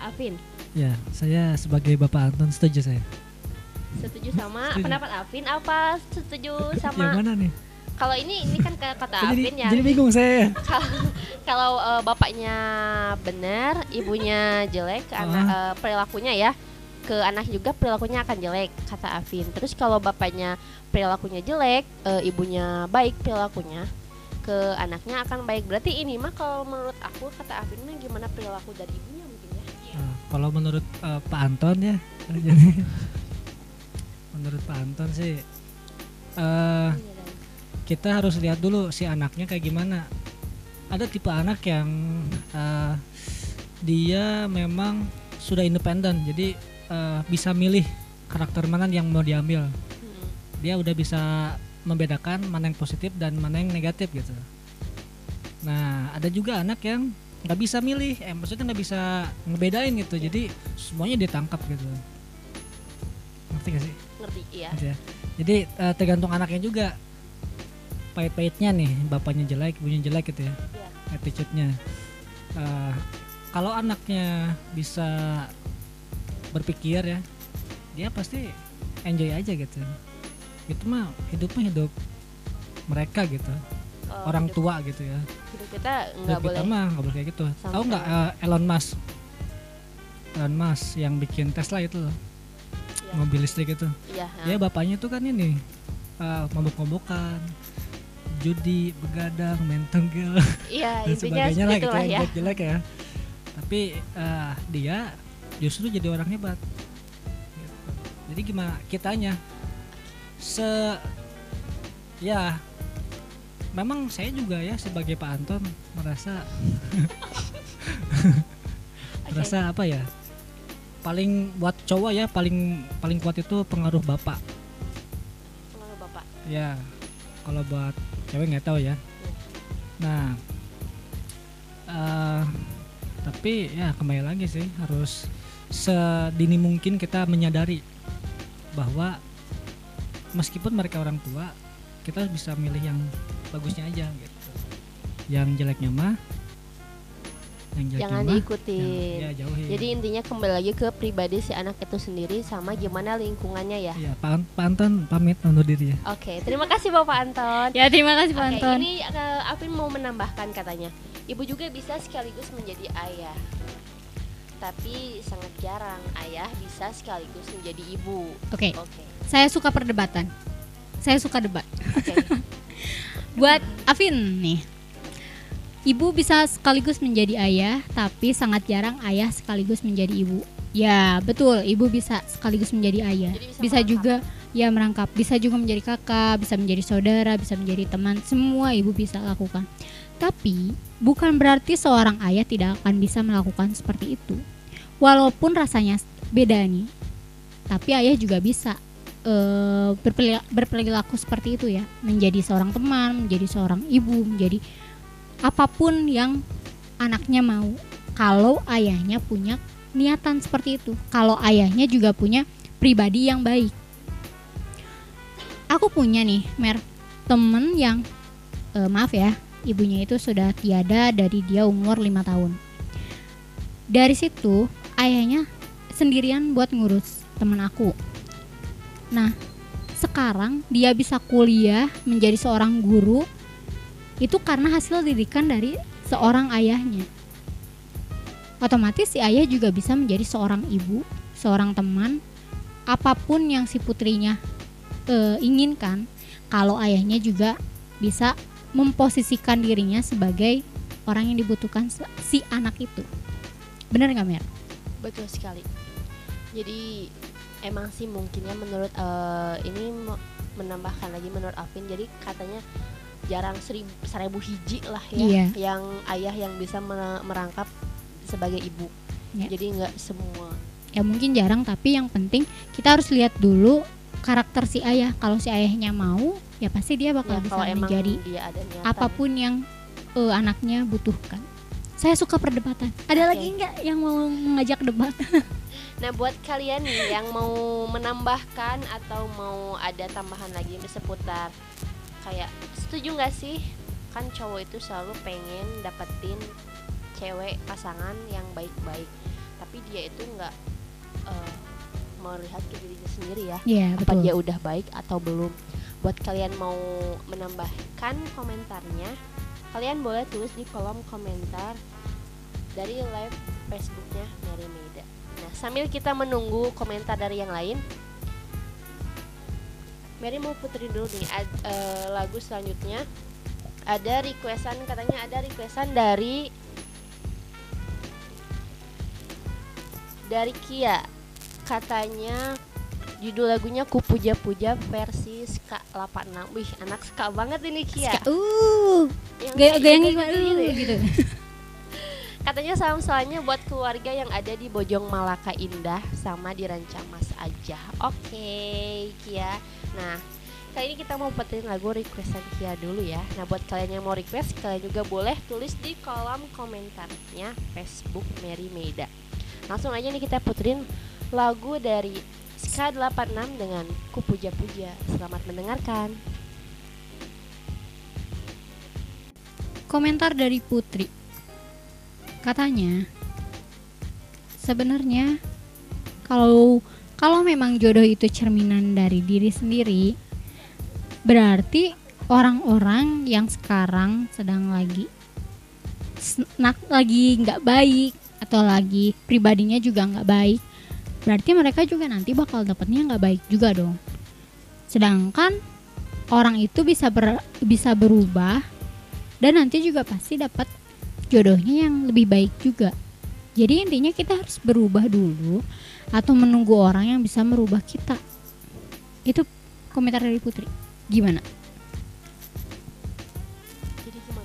Afin? Ya, saya sebagai Bapak Anton setuju saya. Setuju sama Setuju. pendapat Afin apa setuju Yang sama mana nih? kalau ini ini kan ke- kata jadi, Afin ya. jadi bingung saya. Kalau- Kalau eh, bapaknya benar, ibunya jelek, ke anak Ah. eh, perilakunya ya ke anak juga perilakunya akan jelek kata Afin. Terus kalau bapaknya perilakunya jelek, eh, ibunya baik perilakunya ke anaknya akan baik. Berarti ini mah kalau menurut aku kata Afin mah gimana perilaku dari ibunya mungkin ya. Nah, kalau menurut eh, Pak Anton ya, jadi menurut Pak Anton sih eh Iya, Dan. kita harus lihat dulu si anaknya kayak gimana. Ada tipe anak yang eh, dia memang sudah independen, jadi eh, bisa milih karakter mana yang mau diambil. Hmm. Dia udah bisa membedakan mana yang positif dan mana yang negatif gitu. Nah, ada juga anak yang nggak bisa milih, eh maksudnya nggak bisa ngebedain gitu, jadi semuanya ditangkap gitu. Ngerti gak sih? Ngerti ya. Gitu ya. Jadi eh, tergantung anaknya juga. Pahit-pahitnya nih, bapaknya jelek, ibunya jelek gitu ya. Iya. Attitude-nya. Eh, kalau anaknya bisa berpikir ya, dia pasti enjoy aja gitu. Itu mah hidupnya hidup mereka gitu, Oh, orang hidup- tua gitu ya. hidup kita nggak Hidup boleh. kita mah nggak boleh kayak gitu. Sampai- Tahu nggak eh, Elon Musk? Elon Musk yang bikin Tesla itu loh, Iya. mobil listrik itu. Iya. Dia bapaknya tuh kan ini eh, mabuk-mabukan, judi, begadang, main tunggal Iya, dan intinya sebagainya lah gitu itulah ya, ya. jelek ya. Tapi eh, dia justru jadi orang hebat. Gitu. Jadi gimana kitanya? Se ya memang saya juga ya sebagai Pak Anton merasa merasa apa ya? Paling buat cowok ya paling paling kuat itu pengaruh bapak. Pengaruh bapak. Ya, kalau buat cewek nggak tahu ya. Nah, eh, tapi ya kembali lagi sih harus sedini mungkin kita menyadari bahwa meskipun mereka orang tua, kita bisa milih yang bagusnya aja gitu. Yang jeleknya mah, yang jeleknya Jangan mah, diikutin. yang- ya jauhin. Jadi intinya kembali lagi ke pribadi si anak itu sendiri sama gimana lingkungannya ya. ya, Pak, An- Pak Anton pamit undur diri ya. Oke, terima kasih Bapak Anton. Ya terima kasih Pak Oke, Anton. ini uh, Afin mau menambahkan katanya, ibu juga bisa sekaligus menjadi ayah. Tapi sangat jarang ayah bisa sekaligus menjadi ibu. Oke, Oke. saya suka perdebatan. Saya suka debat. Oke. Buat Afin nih, ibu bisa sekaligus menjadi ayah, tapi sangat jarang ayah sekaligus menjadi ibu. Ya betul, ibu bisa sekaligus menjadi ayah. Jadi bisa Bisa merangkap. juga ya merangkap, bisa juga menjadi kakak, bisa menjadi saudara, bisa menjadi teman. Semua ibu bisa lakukan. Tapi bukan berarti seorang ayah tidak akan bisa melakukan seperti itu. Walaupun rasanya beda nih, tapi ayah juga bisa eh, berperi- berperilaku seperti itu ya, menjadi seorang teman, menjadi seorang ibu, menjadi apapun yang anaknya mau. Kalau ayahnya punya niatan seperti itu, kalau ayahnya juga punya pribadi yang baik. Aku punya nih, Mer, temen yang eh, maaf ya, ibunya itu sudah tiada dari dia umur lima tahun. Dari situ ayahnya sendirian buat ngurus temen aku. Nah, sekarang dia bisa kuliah menjadi seorang guru itu karena hasil didikan dari seorang ayahnya. Otomatis si ayah juga bisa menjadi seorang ibu, seorang teman, apapun yang si putrinya e, inginkan. Kalau ayahnya juga bisa memposisikan dirinya sebagai orang yang dibutuhkan si anak itu. Benar nggak, Mer? Betul sekali. Jadi emang sih mungkinnya menurut eh, ini mo- menambahkan lagi menurut Afin. Jadi katanya jarang seribu, seribu hiji lah ya Iya. yang ayah yang bisa mer- merangkap sebagai ibu. Ya. Jadi nggak semua. Ya mungkin jarang, tapi yang penting kita harus lihat dulu karakter si ayah. Kalau si ayahnya mau, ya pasti dia bakal Ya, bisa kalau emang menjadi dia ada niatan. apapun yang eh, anaknya butuhkan. Saya suka perdebatan. Ada Oke. lagi nggak yang mau mengajak debat? Nah buat kalian nih yang mau menambahkan atau mau ada tambahan lagi seputar kayak setuju nggak sih kan cowok itu selalu pengen dapetin cewek pasangan yang baik-baik, tapi dia itu nggak uh, melihat ke dirinya sendiri ya, Iya, apa betul. dia udah baik atau belum. Buat kalian mau menambahkan komentarnya, kalian boleh tulis di kolom komentar dari live Facebooknya Mary Meida. Nah, sambil kita menunggu komentar dari yang lain, Mary mau puterin dulu nih ad- eh, lagu selanjutnya. Ada requestan, katanya ada requestan dari dari Kia. Katanya judul lagunya Ku Puja Puja versi Ska delapan enam. Wih, anak ska banget ini Kia. Ska- uh Yang gaya kayak goyang gitu gimana gitu dulu ya. gitu. Katanya salam-salamnya buat keluarga yang ada di Bojong Malaka Indah sama di Rancamas aja. Oke, Kia. Nah, kali ini kita mau puterin lagu requestan Kia dulu ya. Nah, buat kalian yang mau request, kalian juga boleh tulis di kolom komentarnya Facebook Mary Meida. Langsung aja nih kita puterin lagu dari Ska delapan enam dengan Ku Puja Puja. Selamat mendengarkan. Komentar dari Putri. Katanya, sebenarnya kalau kalau memang jodoh itu cerminan dari diri sendiri, berarti orang-orang yang sekarang sedang lagi snack lagi nggak baik atau lagi pribadinya juga nggak baik, berarti mereka juga nanti bakal dapetnya nggak baik juga dong. Sedangkan orang itu bisa ber, bisa berubah dan nanti juga pasti dapat jodohnya yang lebih baik juga. Jadi intinya kita harus berubah dulu atau menunggu orang yang bisa merubah kita. Itu komentar dari Putri. Gimana? Jadi gimana?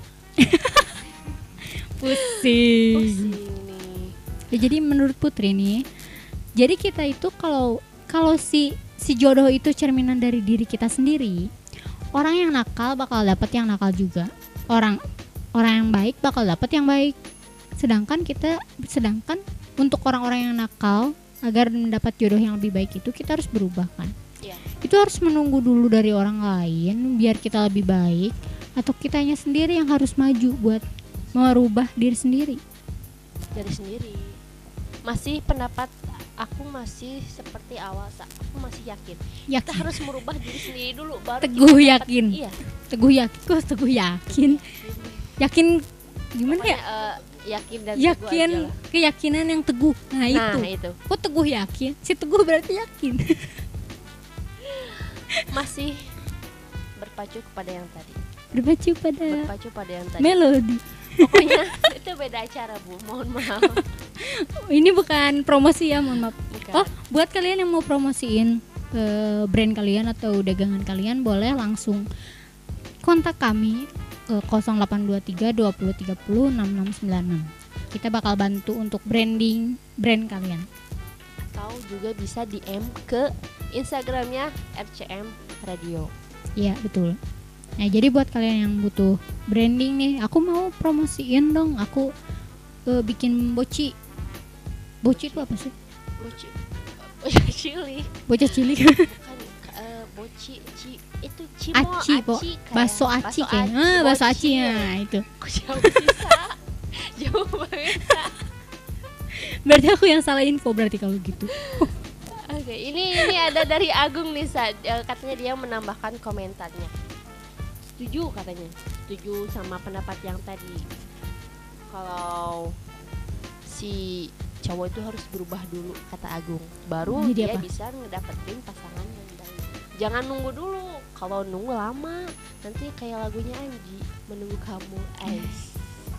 Pusing. Pusing nih. Ya, jadi menurut Putri nih, jadi kita itu kalau kalau si si jodoh itu cerminan dari diri kita sendiri. Orang yang nakal bakal dapat yang nakal juga. Orang orang yang baik bakal dapat yang baik. Sedangkan kita sedangkan untuk orang-orang yang nakal agar mendapat jodoh yang lebih baik itu kita harus berubah kan. Iya. Itu harus menunggu dulu dari orang lain biar kita lebih baik, atau kitanya sendiri yang harus maju buat merubah diri sendiri. Dari sendiri. Masih pendapat aku masih seperti awal, Sa. Aku masih yakin. Kita Yakin. harus merubah diri sendiri dulu baru Teguh kita dapat- yakin. Iya. Teguh yakin. Kok teguh yakin? Yakin gimana Pokoknya, ya? eh, yakin dan teguh Yakin, aja lah. keyakinan yang teguh. Nah, Nah, itu. itu. Kok teguh yakin? Si teguh berarti yakin. Masih berpacu kepada yang tadi. Berpacu pada Berpacu pada yang tadi. melodi. Pokoknya itu beda acara, Bu. Mohon maaf. Ini bukan promosi ya, mohon maaf. Bukan. Oh, buat kalian yang mau promosiin eh, brand kalian atau dagangan kalian, boleh langsung kontak kami ke nol delapan dua tiga dua nol tiga nol enam enam sembilan enam. Kita bakal bantu untuk branding brand kalian. Atau juga bisa D M ke Instagramnya R C M Radio. Iya, betul. Nah, jadi buat kalian yang butuh branding nih, aku mau promosiin dong, aku eh, bikin boci. Boci itu apa sih? Boci. Boci cili. Bocah cilik. Bukan eh, boci ci itu cimo Aci, po. kayak. Baso aci kayaknya. Ah, baso aci boci. ya, itu. Kok jauh bisa? Jauh banget. Berarti aku yang salah info berarti kalau gitu. Oke, ini ini ada dari Agung nih, Sa. Eh, katanya dia menambahkan komentarnya. Setuju katanya. Setuju sama pendapat yang tadi. Kalau si cowok itu harus berubah dulu, kata Agung. Baru Jadi dia apa? bisa ngedapetin pasangan yang baik. Jangan nunggu dulu. Kalau nunggu lama, nanti kayak lagunya Anji, menunggu kamu. Ais.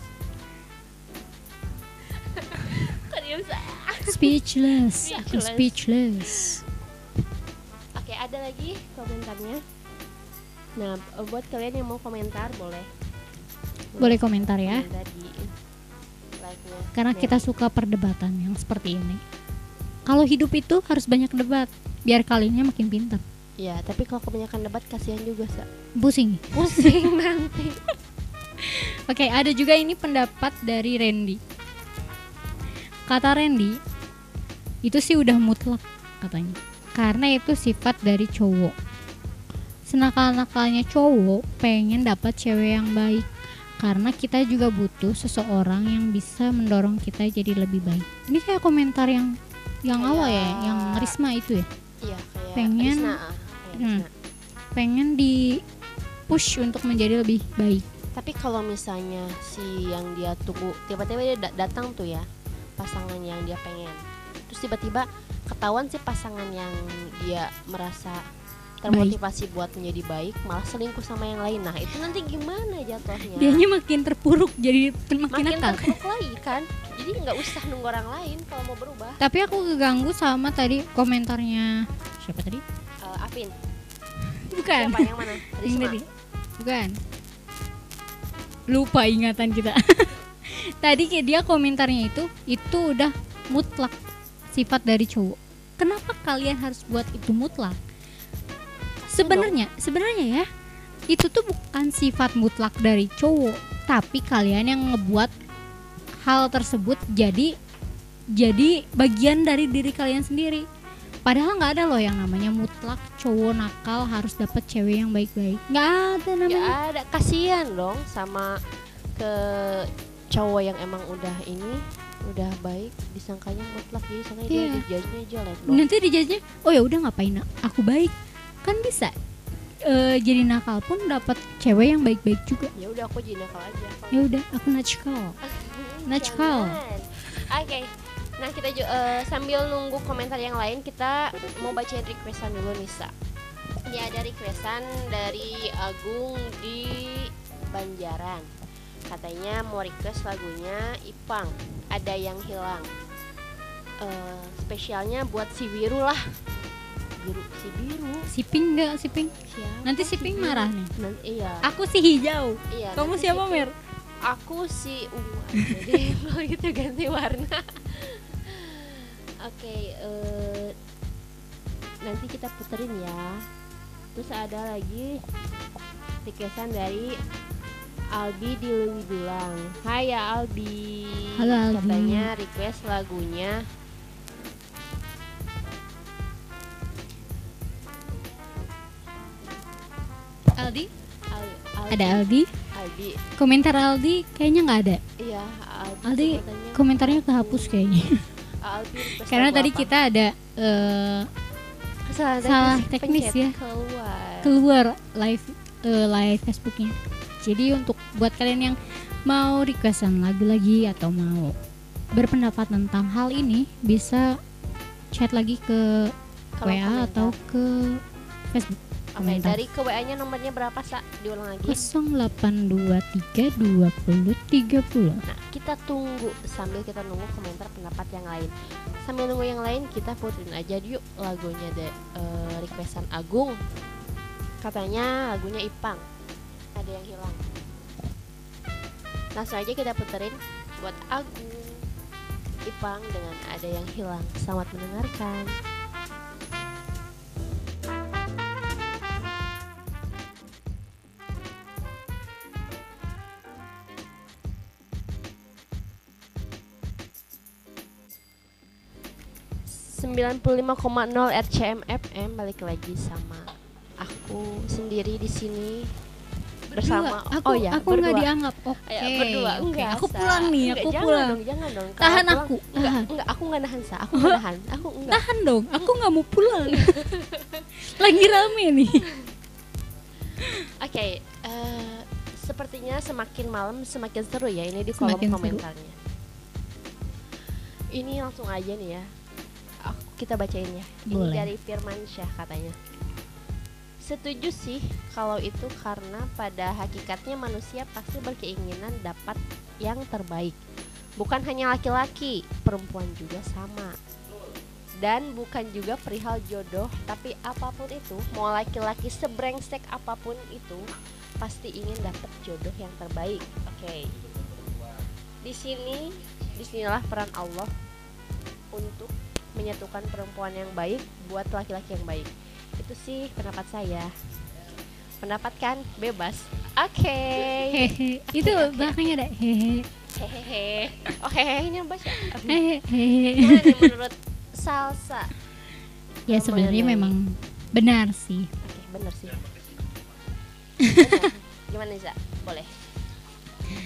Kok dia bisa? Speechless, aku Speechless. speechless. Oke, ada lagi komentarnya. Nah, eh, buat kalian yang mau komentar boleh. Boleh komentar ya, Komentar di like-nya. karena Nah, kita suka perdebatan yang seperti ini. Kalau hidup itu harus banyak debat, biar kalinya makin pintar. ya, tapi kalau kebanyakan debat kasihan juga, Sa. Pusing. Pusing nanti. Oke, ada juga ini pendapat dari Randy. Kata Randy, itu sih udah mutlak katanya. Karena itu sifat dari cowok. Senakal-nakalnya cowok pengen dapat cewek yang baik. karena kita juga butuh seseorang yang bisa mendorong kita jadi lebih baik. Ini kayak komentar yang yang Kayak- awal ya, yang Risma itu ya, Iya kayak Pengen- Risna, ah, kayak Hmm. Risna. pengen di push untuk menjadi lebih baik. Tapi kalau misalnya si yang dia tunggu tiba-tiba dia da- datang tuh ya, pasangan yang dia pengen, terus tiba-tiba ketahuan si pasangan yang dia merasa termotivasi buat menjadi baik malah selingkuh sama yang lain. Nah itu nanti gimana jatuhnya? Dianya makin terpuruk, jadi makin, makin nakal. terpuruk lagi kan. Jadi nggak usah nunggu orang lain kalau mau berubah. Tapi aku keganggu sama tadi komentarnya siapa tadi? Eh, Afin, Bukan. siapa yang mana? Yang Risma. tadi. Bukan. Lupa ingatan kita. Tadi kayak dia komentarnya itu itu udah mutlak sifat dari cowok. Kenapa kalian harus buat itu mutlak? Sebenarnya, sebenarnya ya, itu tuh bukan sifat mutlak dari cowok, tapi kalian yang ngebuat hal tersebut jadi jadi bagian dari diri kalian sendiri. Padahal nggak ada loh yang namanya mutlak cowok nakal harus dapet cewek yang baik-baik. Nggak ada namanya. Ya ada, kasihan dong sama ke cowok yang emang udah ini udah baik disangkanya mutlak, jadi sana Iya. dia dijudge-nya jelek dong. Nanti dijajahnya, oh ya udah ngapain aku baik, kan bisa. Eh, jadi nakal pun dapat cewek yang baik-baik juga. Ya udah aku jadi nakal aja. Ya udah, aku nakal. Nakal. Jangan. Oke. Nah, kita ju- eh, sambil nunggu komentar yang lain, kita mau bacain requestan dulu Nisa. Ini ada requestan dari Agung di Banjaran. Katanya mau request lagunya Ipang, Ada Yang Hilang. Eh, spesialnya buat si Biru lah. Biru, si Biru. Si Pink nggak, si Pink. Siapa Nanti si Pink Biru? marah nih. Nan- iya. Aku si hijau. Iya, Kamu nanti siapa, si Mer? Pink. Aku si ungu aja deh. Kalau gitu ganti warna. Oke, eh, nanti kita puterin ya. Terus ada lagi requestan dari Albi di Lewi Dulang. Hai ya Albi. Halo, Albi. Katanya request lagunya Aldi? Al- Albi. Ada Aldi. Albi. Komentar Aldi kayaknya nggak ada. Iya, Albi. Aldi katanya- komentarnya kehapus kayaknya. Albi request Karena lagu tadi apa? kita ada eh, Kesalahan salah teknis, teknis pencet ya. keluar. keluar live eh, live Facebooknya. Jadi untuk buat kalian yang mau requestan lagu lagi atau mau berpendapat tentang hal ini, bisa chat lagi ke Kalau W A komentar. atau ke Facebook. Oke, komentar. dari ke W A-nya nomornya berapa, Sa? Diulang lagi. nol delapan dua tiga dua nol tiga nol. Nah, kita tunggu sambil kita nunggu komentar pendapat yang lain. Sambil nunggu yang lain, kita puterin aja yuk lagunya de eh, requestan Agung. Katanya lagunya Ipang, Ada Yang Hilang. Langsung aja kita puterin buat Agung, Ipang dengan Ada Yang Hilang. Selamat mendengarkan. sembilan puluh lima koma nol R C M F M, balik lagi sama aku sendiri di sini bersama Berdua. Aku, oh ya aku nggak berdua. dianggap. Oke. Ya, berdua Oke, enggak aku Sa. pulang nih, Enggak, aku jangan pulang. dong, jangan dong. Kalau Tahan pulang- aku, enggak, tahan. enggak, aku enggak nahan Sa, aku enggak nahan, aku enggak. Tahan dong, aku nggak mau pulang. Lagi rame nih. Oke, eh, sepertinya semakin malam semakin seru ya ini di kolom Semakin seru. komentarnya. Ini langsung aja nih ya. Aku, kita bacain ya. Ini Boleh. dari Firmansyah katanya. Setuju sih kalau itu karena pada hakikatnya manusia pasti berkeinginan dapat yang terbaik. Bukan hanya laki-laki, perempuan juga sama. Dan bukan juga perihal jodoh, tapi apapun itu, mau laki-laki sebrengsek apapun itu, pasti ingin dapat jodoh yang terbaik. Oke. Di sini, disinilah peran Allah untuk menyatukan perempuan yang baik buat laki-laki yang baik. Itu sih pendapat saya. Pendapat kan bebas. Oke. Hehe. Itu belakangnya ada hehe. Hehehe. Oh hehehe baca. Hehe. Gimana nih menurut Salsa? Ya sebenarnya Mengenai- memang benar sih. Oke, bener sih. Bener. Gimana Nisa? Boleh.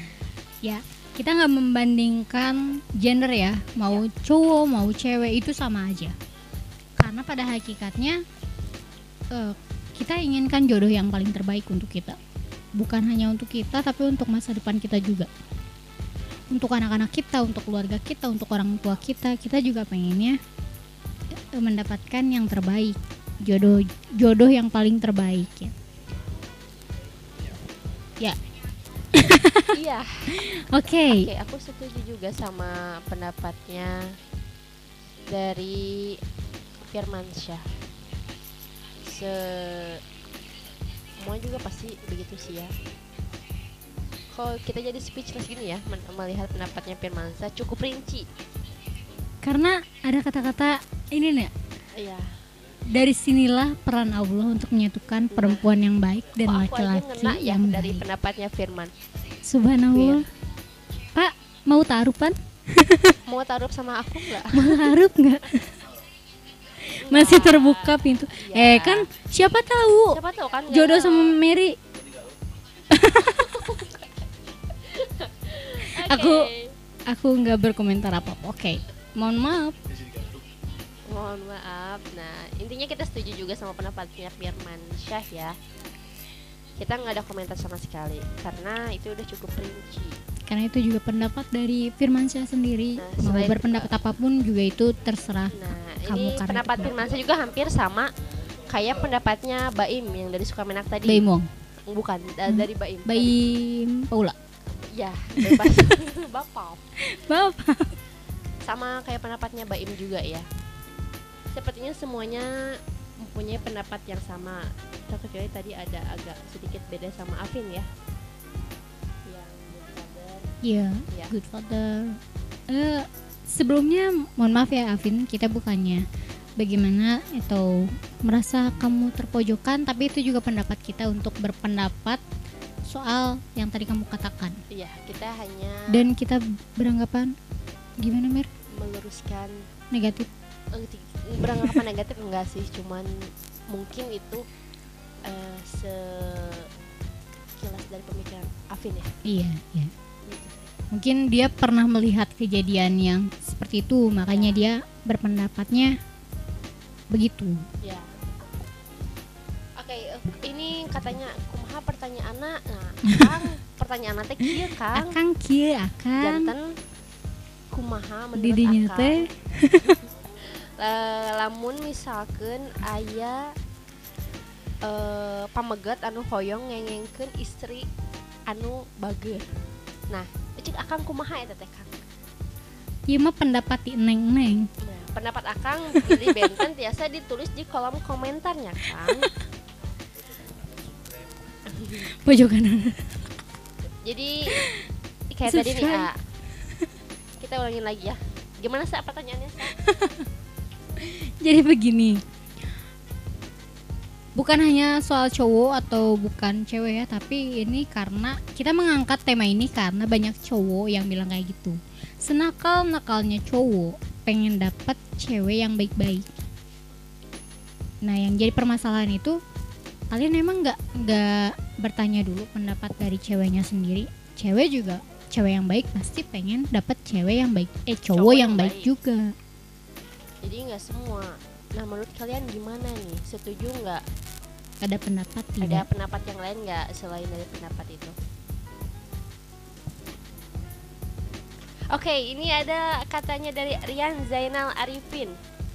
ya kita nggak membandingkan gender ya, mau cowok mau cewek itu sama aja, karena pada hakikatnya uh, kita inginkan jodoh yang paling terbaik untuk kita, bukan hanya untuk kita tapi untuk masa depan kita juga, untuk anak-anak kita, untuk keluarga kita, untuk orang tua kita. Kita juga pengennya uh, mendapatkan yang terbaik, jodoh jodoh yang paling terbaik ya. Ya. Iya. Oke. Oke, aku setuju juga sama pendapatnya dari Firmansyah. Semua juga pasti begitu sih ya. Kalau kita jadi speechless gini ya men- melihat pendapatnya Firmansyah cukup rinci. Karena ada kata-kata ini nih, Iya. dari sinilah peran Allah untuk menyatukan perempuan yang baik dan Kok aku aja laki-laki ngena ya yang dari baik. pendapatnya Firman. Subhanallah. Pak, mau taruh pan? Mau taruh sama aku nggak? Mau taruh nggak? Masih terbuka pintu. Ya. Eh kan siapa tahu Siapa tahu kan jodoh nggak sama tahu. Mary. Aku Oke. aku nggak berkomentar apa-apa. Oke, mohon maaf. Mohon maaf. Nah, intinya kita setuju juga sama pendapatnya Firmansyah ya. Kita nggak ada komentar sama sekali karena itu udah cukup rinci. Karena itu juga pendapat dari Firmansyah sendiri. Nah, Mau selain- berpendapat apapun juga itu terserah Nah, kamu, ini karena pendapat itu Firmansyah juga hampir sama kayak pendapatnya Baim yang dari Sukamenak tadi. Baim Wong. Bukan, da- Hmm. dari Baim. Baim Paula. Ya, bebas. Bapak. Bapak. Sama kayak pendapatnya Baim juga ya. Sepertinya semuanya mempunyai pendapat yang sama. Terkecuali tadi ada agak sedikit beda sama Afin ya. Yang Godfather. Iya, Ya. Good Father. Eh, sebelumnya mohon maaf ya Afin, kita bukannya bagaimana atau merasa kamu terpojokan, tapi itu juga pendapat kita untuk berpendapat soal yang tadi kamu katakan. Iya, kita hanya Dan kita beranggapan gimana Mir? meluruskan Negatif. eh, ti- beranggapan negatif enggak sih, cuman mungkin itu eh, sekilas dari pemikiran Afin ya. Iya, iya. Gitu. Mungkin dia pernah melihat kejadian yang seperti itu, makanya dia berpendapatnya begitu. Ya. Oke, eh, ini katanya kumaha pertanyaanna. Nah, Kang, pertanyaan teh kieu Kang. Akang kieu akan Janten kumaha menurut didinya Akang? teh Eh, lamun misalkan aya eh, pamegat anu hoyong ngengengkeun istri anu bageur. Nah, cek Akang kumaha eta teh Kang? ieu mah pendapat ti neng-neng. Nah, pendapat Akang pilih benten biasa ditulis di kolom komentarnya Kang. Pojokan. Jadi kayak tadi nih Subscribe. A. Kita ulangin lagi ya. Gimana sih pertanyaannya Sa? Jadi begini. Bukan hanya soal cowok atau bukan cewek ya, tapi ini karena kita mengangkat tema ini karena banyak cowok yang bilang kayak gitu. Senakal-nakalnya cowok pengen dapet cewek yang baik-baik. Nah, yang jadi permasalahan itu kalian emang nggak nggak bertanya dulu pendapat dari ceweknya sendiri. Cewek juga, cewek yang baik pasti pengen dapet cewek yang baik, eh cowok, Cowok yang yang baik, baik. juga. Jadi nggak semua. Nah, menurut kalian gimana nih? Setuju nggak? Ada pendapat Ada tidak? pendapat yang lain nggak selain dari pendapat itu? Oke, ini ada katanya dari Rian Zainal Arifin.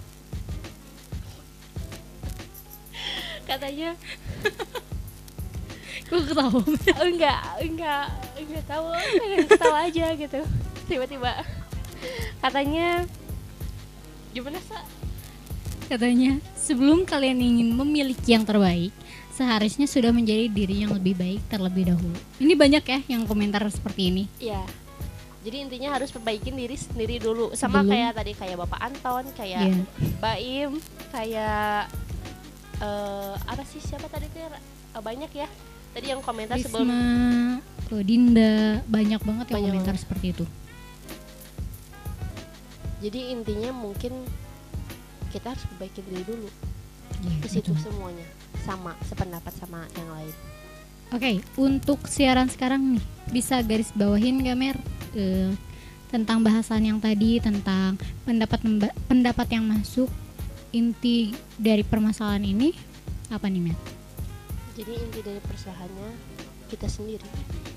Katanya Gue ketawa. enggak, enggak, enggak tahu, pengen ketawa aja gitu. Tiba-tiba katanya gimana Sa? Katanya, sebelum kalian ingin memiliki yang terbaik, seharusnya sudah menjadi diri yang lebih baik terlebih dahulu. Ini banyak ya yang komentar seperti ini. Iya. Jadi intinya harus perbaikin diri sendiri dulu. Sama Sebelum- kayak tadi kayak Bapak Anton, kayak Iya. Baim, kayak eh apa sih siapa tadi tuh ya? Eh, banyak ya. Tadi yang komentar sebelum Risma, ke Dinda, banyak banget yang Banyak komentar banget. seperti itu. jadi intinya mungkin kita harus perbaikin diri dulu. Iya, Ke situ betul. semuanya sama sependapat sama yang lain. Oke, untuk siaran sekarang nih bisa garis bawahin gak Mer eh, tentang bahasan yang tadi tentang pendapat pendapat yang masuk, inti dari permasalahan ini apa nih Mer? Jadi inti dari permasalahannya kita sendiri.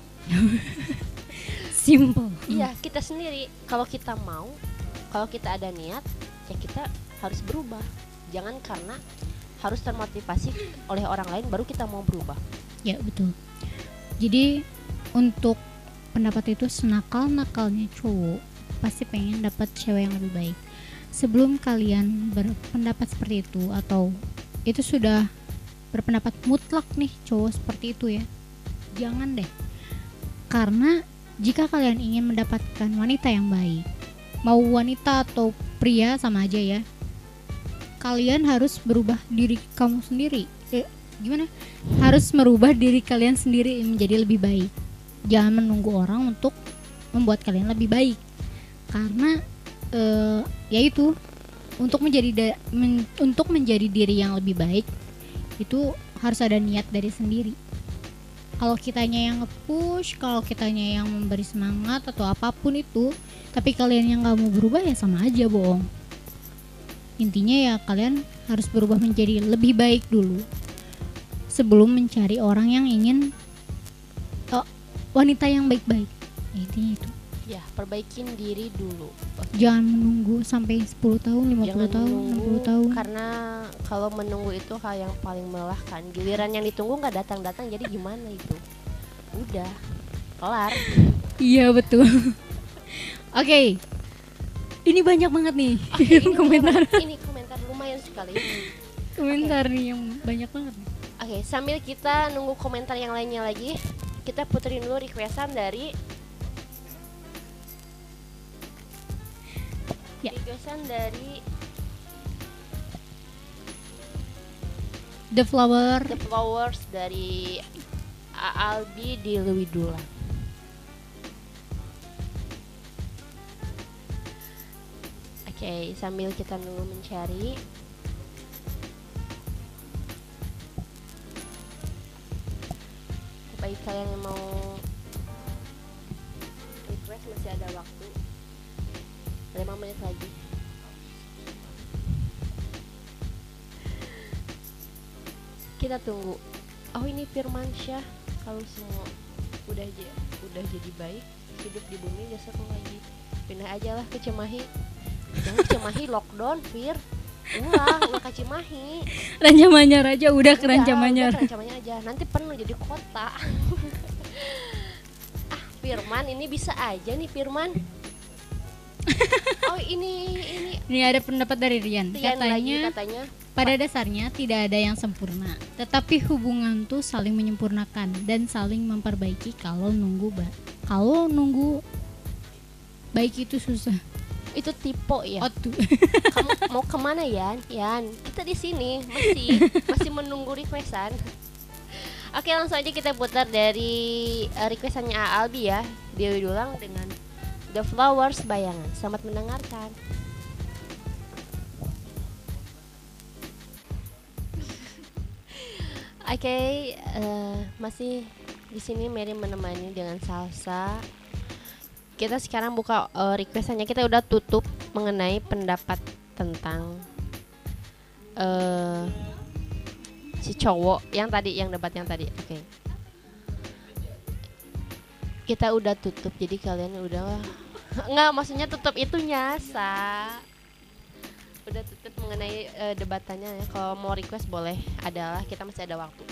Simple. Iya, kita sendiri. Kalau kita mau, kalau kita ada niat, ya kita harus berubah. Jangan karena harus termotivasi oleh orang lain baru kita mau berubah. Ya betul. Jadi untuk pendapat itu senakal-nakalnya cowok pasti pengen dapat cewek yang lebih baik. Sebelum kalian berpendapat seperti itu atau itu sudah berpendapat mutlak nih cowok seperti itu ya, jangan deh. Karena jika kalian ingin mendapatkan wanita yang baik, mau wanita atau pria sama aja ya, kalian harus berubah diri kamu sendiri. Eh, gimana? Harus merubah diri kalian sendiri menjadi lebih baik. Jangan menunggu orang untuk membuat kalian lebih baik. Karena eh, yaitu untuk menjadi da- men- untuk menjadi diri yang lebih baik itu harus ada niat dari sendiri. Kalau kitanya yang nge-push, kalau kitanya yang memberi semangat atau apapun itu, tapi kalian yang nggak mau berubah ya sama aja bohong. Intinya ya kalian harus berubah menjadi lebih baik dulu sebelum mencari orang yang ingin oh, wanita yang baik-baik. Intinya itu. Ya, perbaikin diri dulu. Jangan menunggu sampai sepuluh tahun, lima puluh Jangan tahun, enam menunggu, puluh tahun. karena kalau menunggu itu hal yang paling melelahkan. Giliran yang ditunggu nggak datang-datang, jadi gimana itu? Udah, kelar. Iya betul. Oke. Ini banyak banget nih Oke, ini komentar. lumayan- Ini komentar lumayan sekali. Komentar nih yang banyak banget nih. Oke, sambil kita nunggu komentar yang lainnya lagi, kita puterin dulu requestan dari Ya. requestan dari The Flower. The Flowers dari A- Albi di Lewidula. Oke, sambil kita nunggu mencari, bagi kalian yang mau request masih ada waktu lima menit lagi. Kita tunggu. Oh, ini Firmansyah. Kalau semua udah j- udah jadi baik, hidup di bumi gak seru lagi. Pindah aja lah ke Cimahi. Jangan Cimahi lockdown, Fir. Ulah, ulah ke Cimahi. Rancamanyar aja udah ke Udah, Rancamanyar. udah ke Rancamanyar aja. Nanti penuh jadi kota. Ah, Firman, ini bisa aja nih Firman. Oh, ini ini Ini ada pendapat dari Rian. Rian lagi Katanya katanya. pada dasarnya tidak ada yang sempurna, tetapi hubungan tuh saling menyempurnakan dan saling memperbaiki. Kalau nunggu ba- kalau nunggu baik itu susah. Itu tipe ya. Oh tuh. Kamu mau kemana Yan? Yan, kita di sini masih masih menunggu requestan. Oke, langsung aja kita putar dari uh, requestannya A Albi ya. Dewi Dulang dengan The Flowers Bayangan. Selamat mendengarkan. Oke, eh, masih di sini Mary menemani dengan salsa. Kita sekarang buka eh, requestannya. Kita udah tutup mengenai pendapat tentang eh, si cowok yang tadi, yang debat yang tadi. Oke, kita udah tutup. Jadi kalian udah nggak, maksudnya tutup itunya sa. Udah tutup mengenai uh, debatannya ya. Kalau mau request boleh, adalah kita masih ada waktu.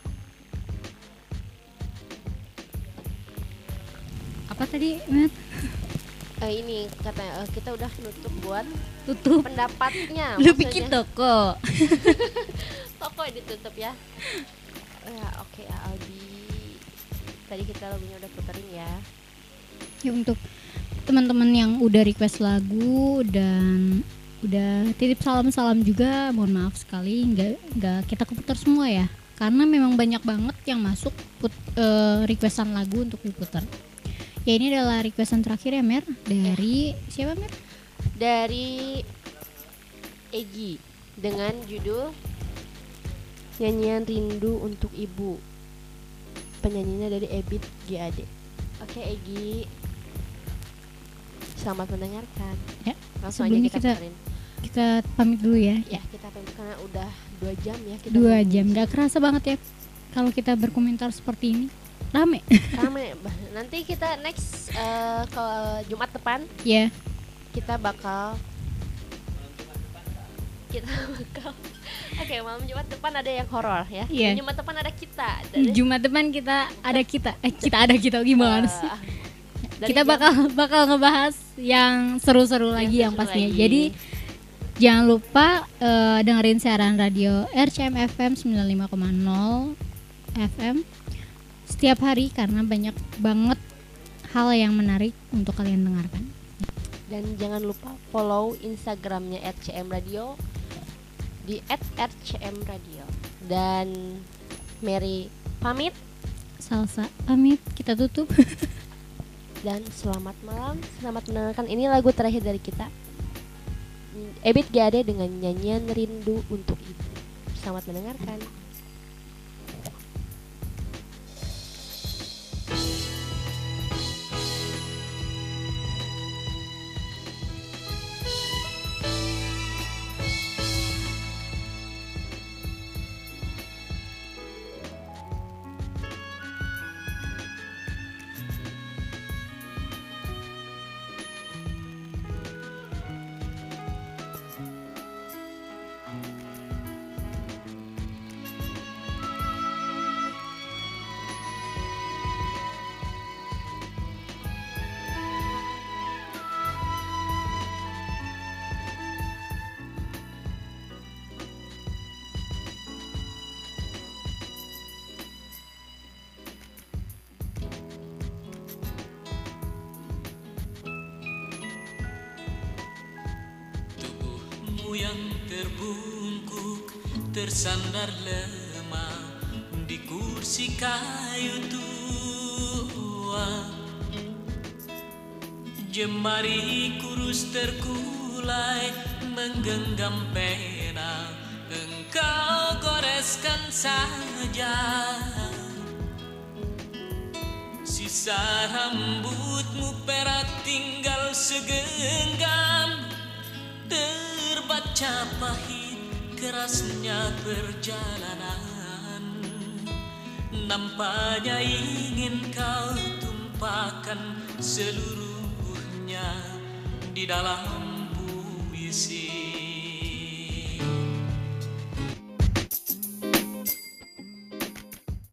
Apa tadi, Matt? Uh, ini kata uh, kita udah nutup buat Tutup. pendapatnya. Lu maksudnya. bikin toko. Toko ditutup ya. Uh, ya oke ya Albi. Tadi kita lagunya udah puterin ya. Ya untuk teman-teman yang udah request lagu dan udah titip salam-salam juga, mohon maaf sekali nggak nggak kita keputar semua ya, karena memang banyak banget yang masuk put, uh, requestan lagu untuk diputar. Ya ini adalah requestan terakhir ya Mer, dari siapa Mer? Dari Egi dengan judul Nyanyian Rindu untuk Ibu. penyanyinya dari Ebit G A D. Oke Egi, selamat mendengarkan. Ya, Langsung aja sebelumnya kita, kita- puterin. Kita pamit dulu ya. Ya kita pamit karena udah dua jam ya kita Dua ngomong. jam, gak kerasa banget ya kalau kita berkomentar seperti ini. Rame. Rame. Bah- Nanti kita next eh, ke Jumat depan Ya, kita bakal kita bakal oke malam Jumat depan ada yang horor ya. Iya. Dan Jumat depan ada kita. Dari- Jumat depan kita ada kita. Eh, kita ada kita gimana sih? eh, dari Kita jam- bakal bakal ngebahas yang seru-seru lagi yang seru pastinya. lagi. Jadi jangan lupa eh, dengerin siaran radio R C M F M sembilan puluh lima koma nol F M setiap hari karena banyak banget hal yang menarik untuk kalian dengarkan. dan jangan lupa follow Instagramnya R C M Radio di et r c m radio. Dan Mary pamit Salsa pamit, kita tutup. dan selamat malam, selamat mendengarkan. Ini lagu terakhir dari kita, Ebit G A D dengan nyanyian Rindu Untuk Ibu. Selamat mendengarkan. Tubuhmu yang terbungkuk tersandar lemah di kursi kayu tua. Jemari kurus terkulai menggenggam pena, engkau goreskan saja. Sisa rambutmu perak tinggal segenggam, terbaca pahit kerasnya perjalanan. Nampaknya ingin kau tumpahkan seluruhnya di dalam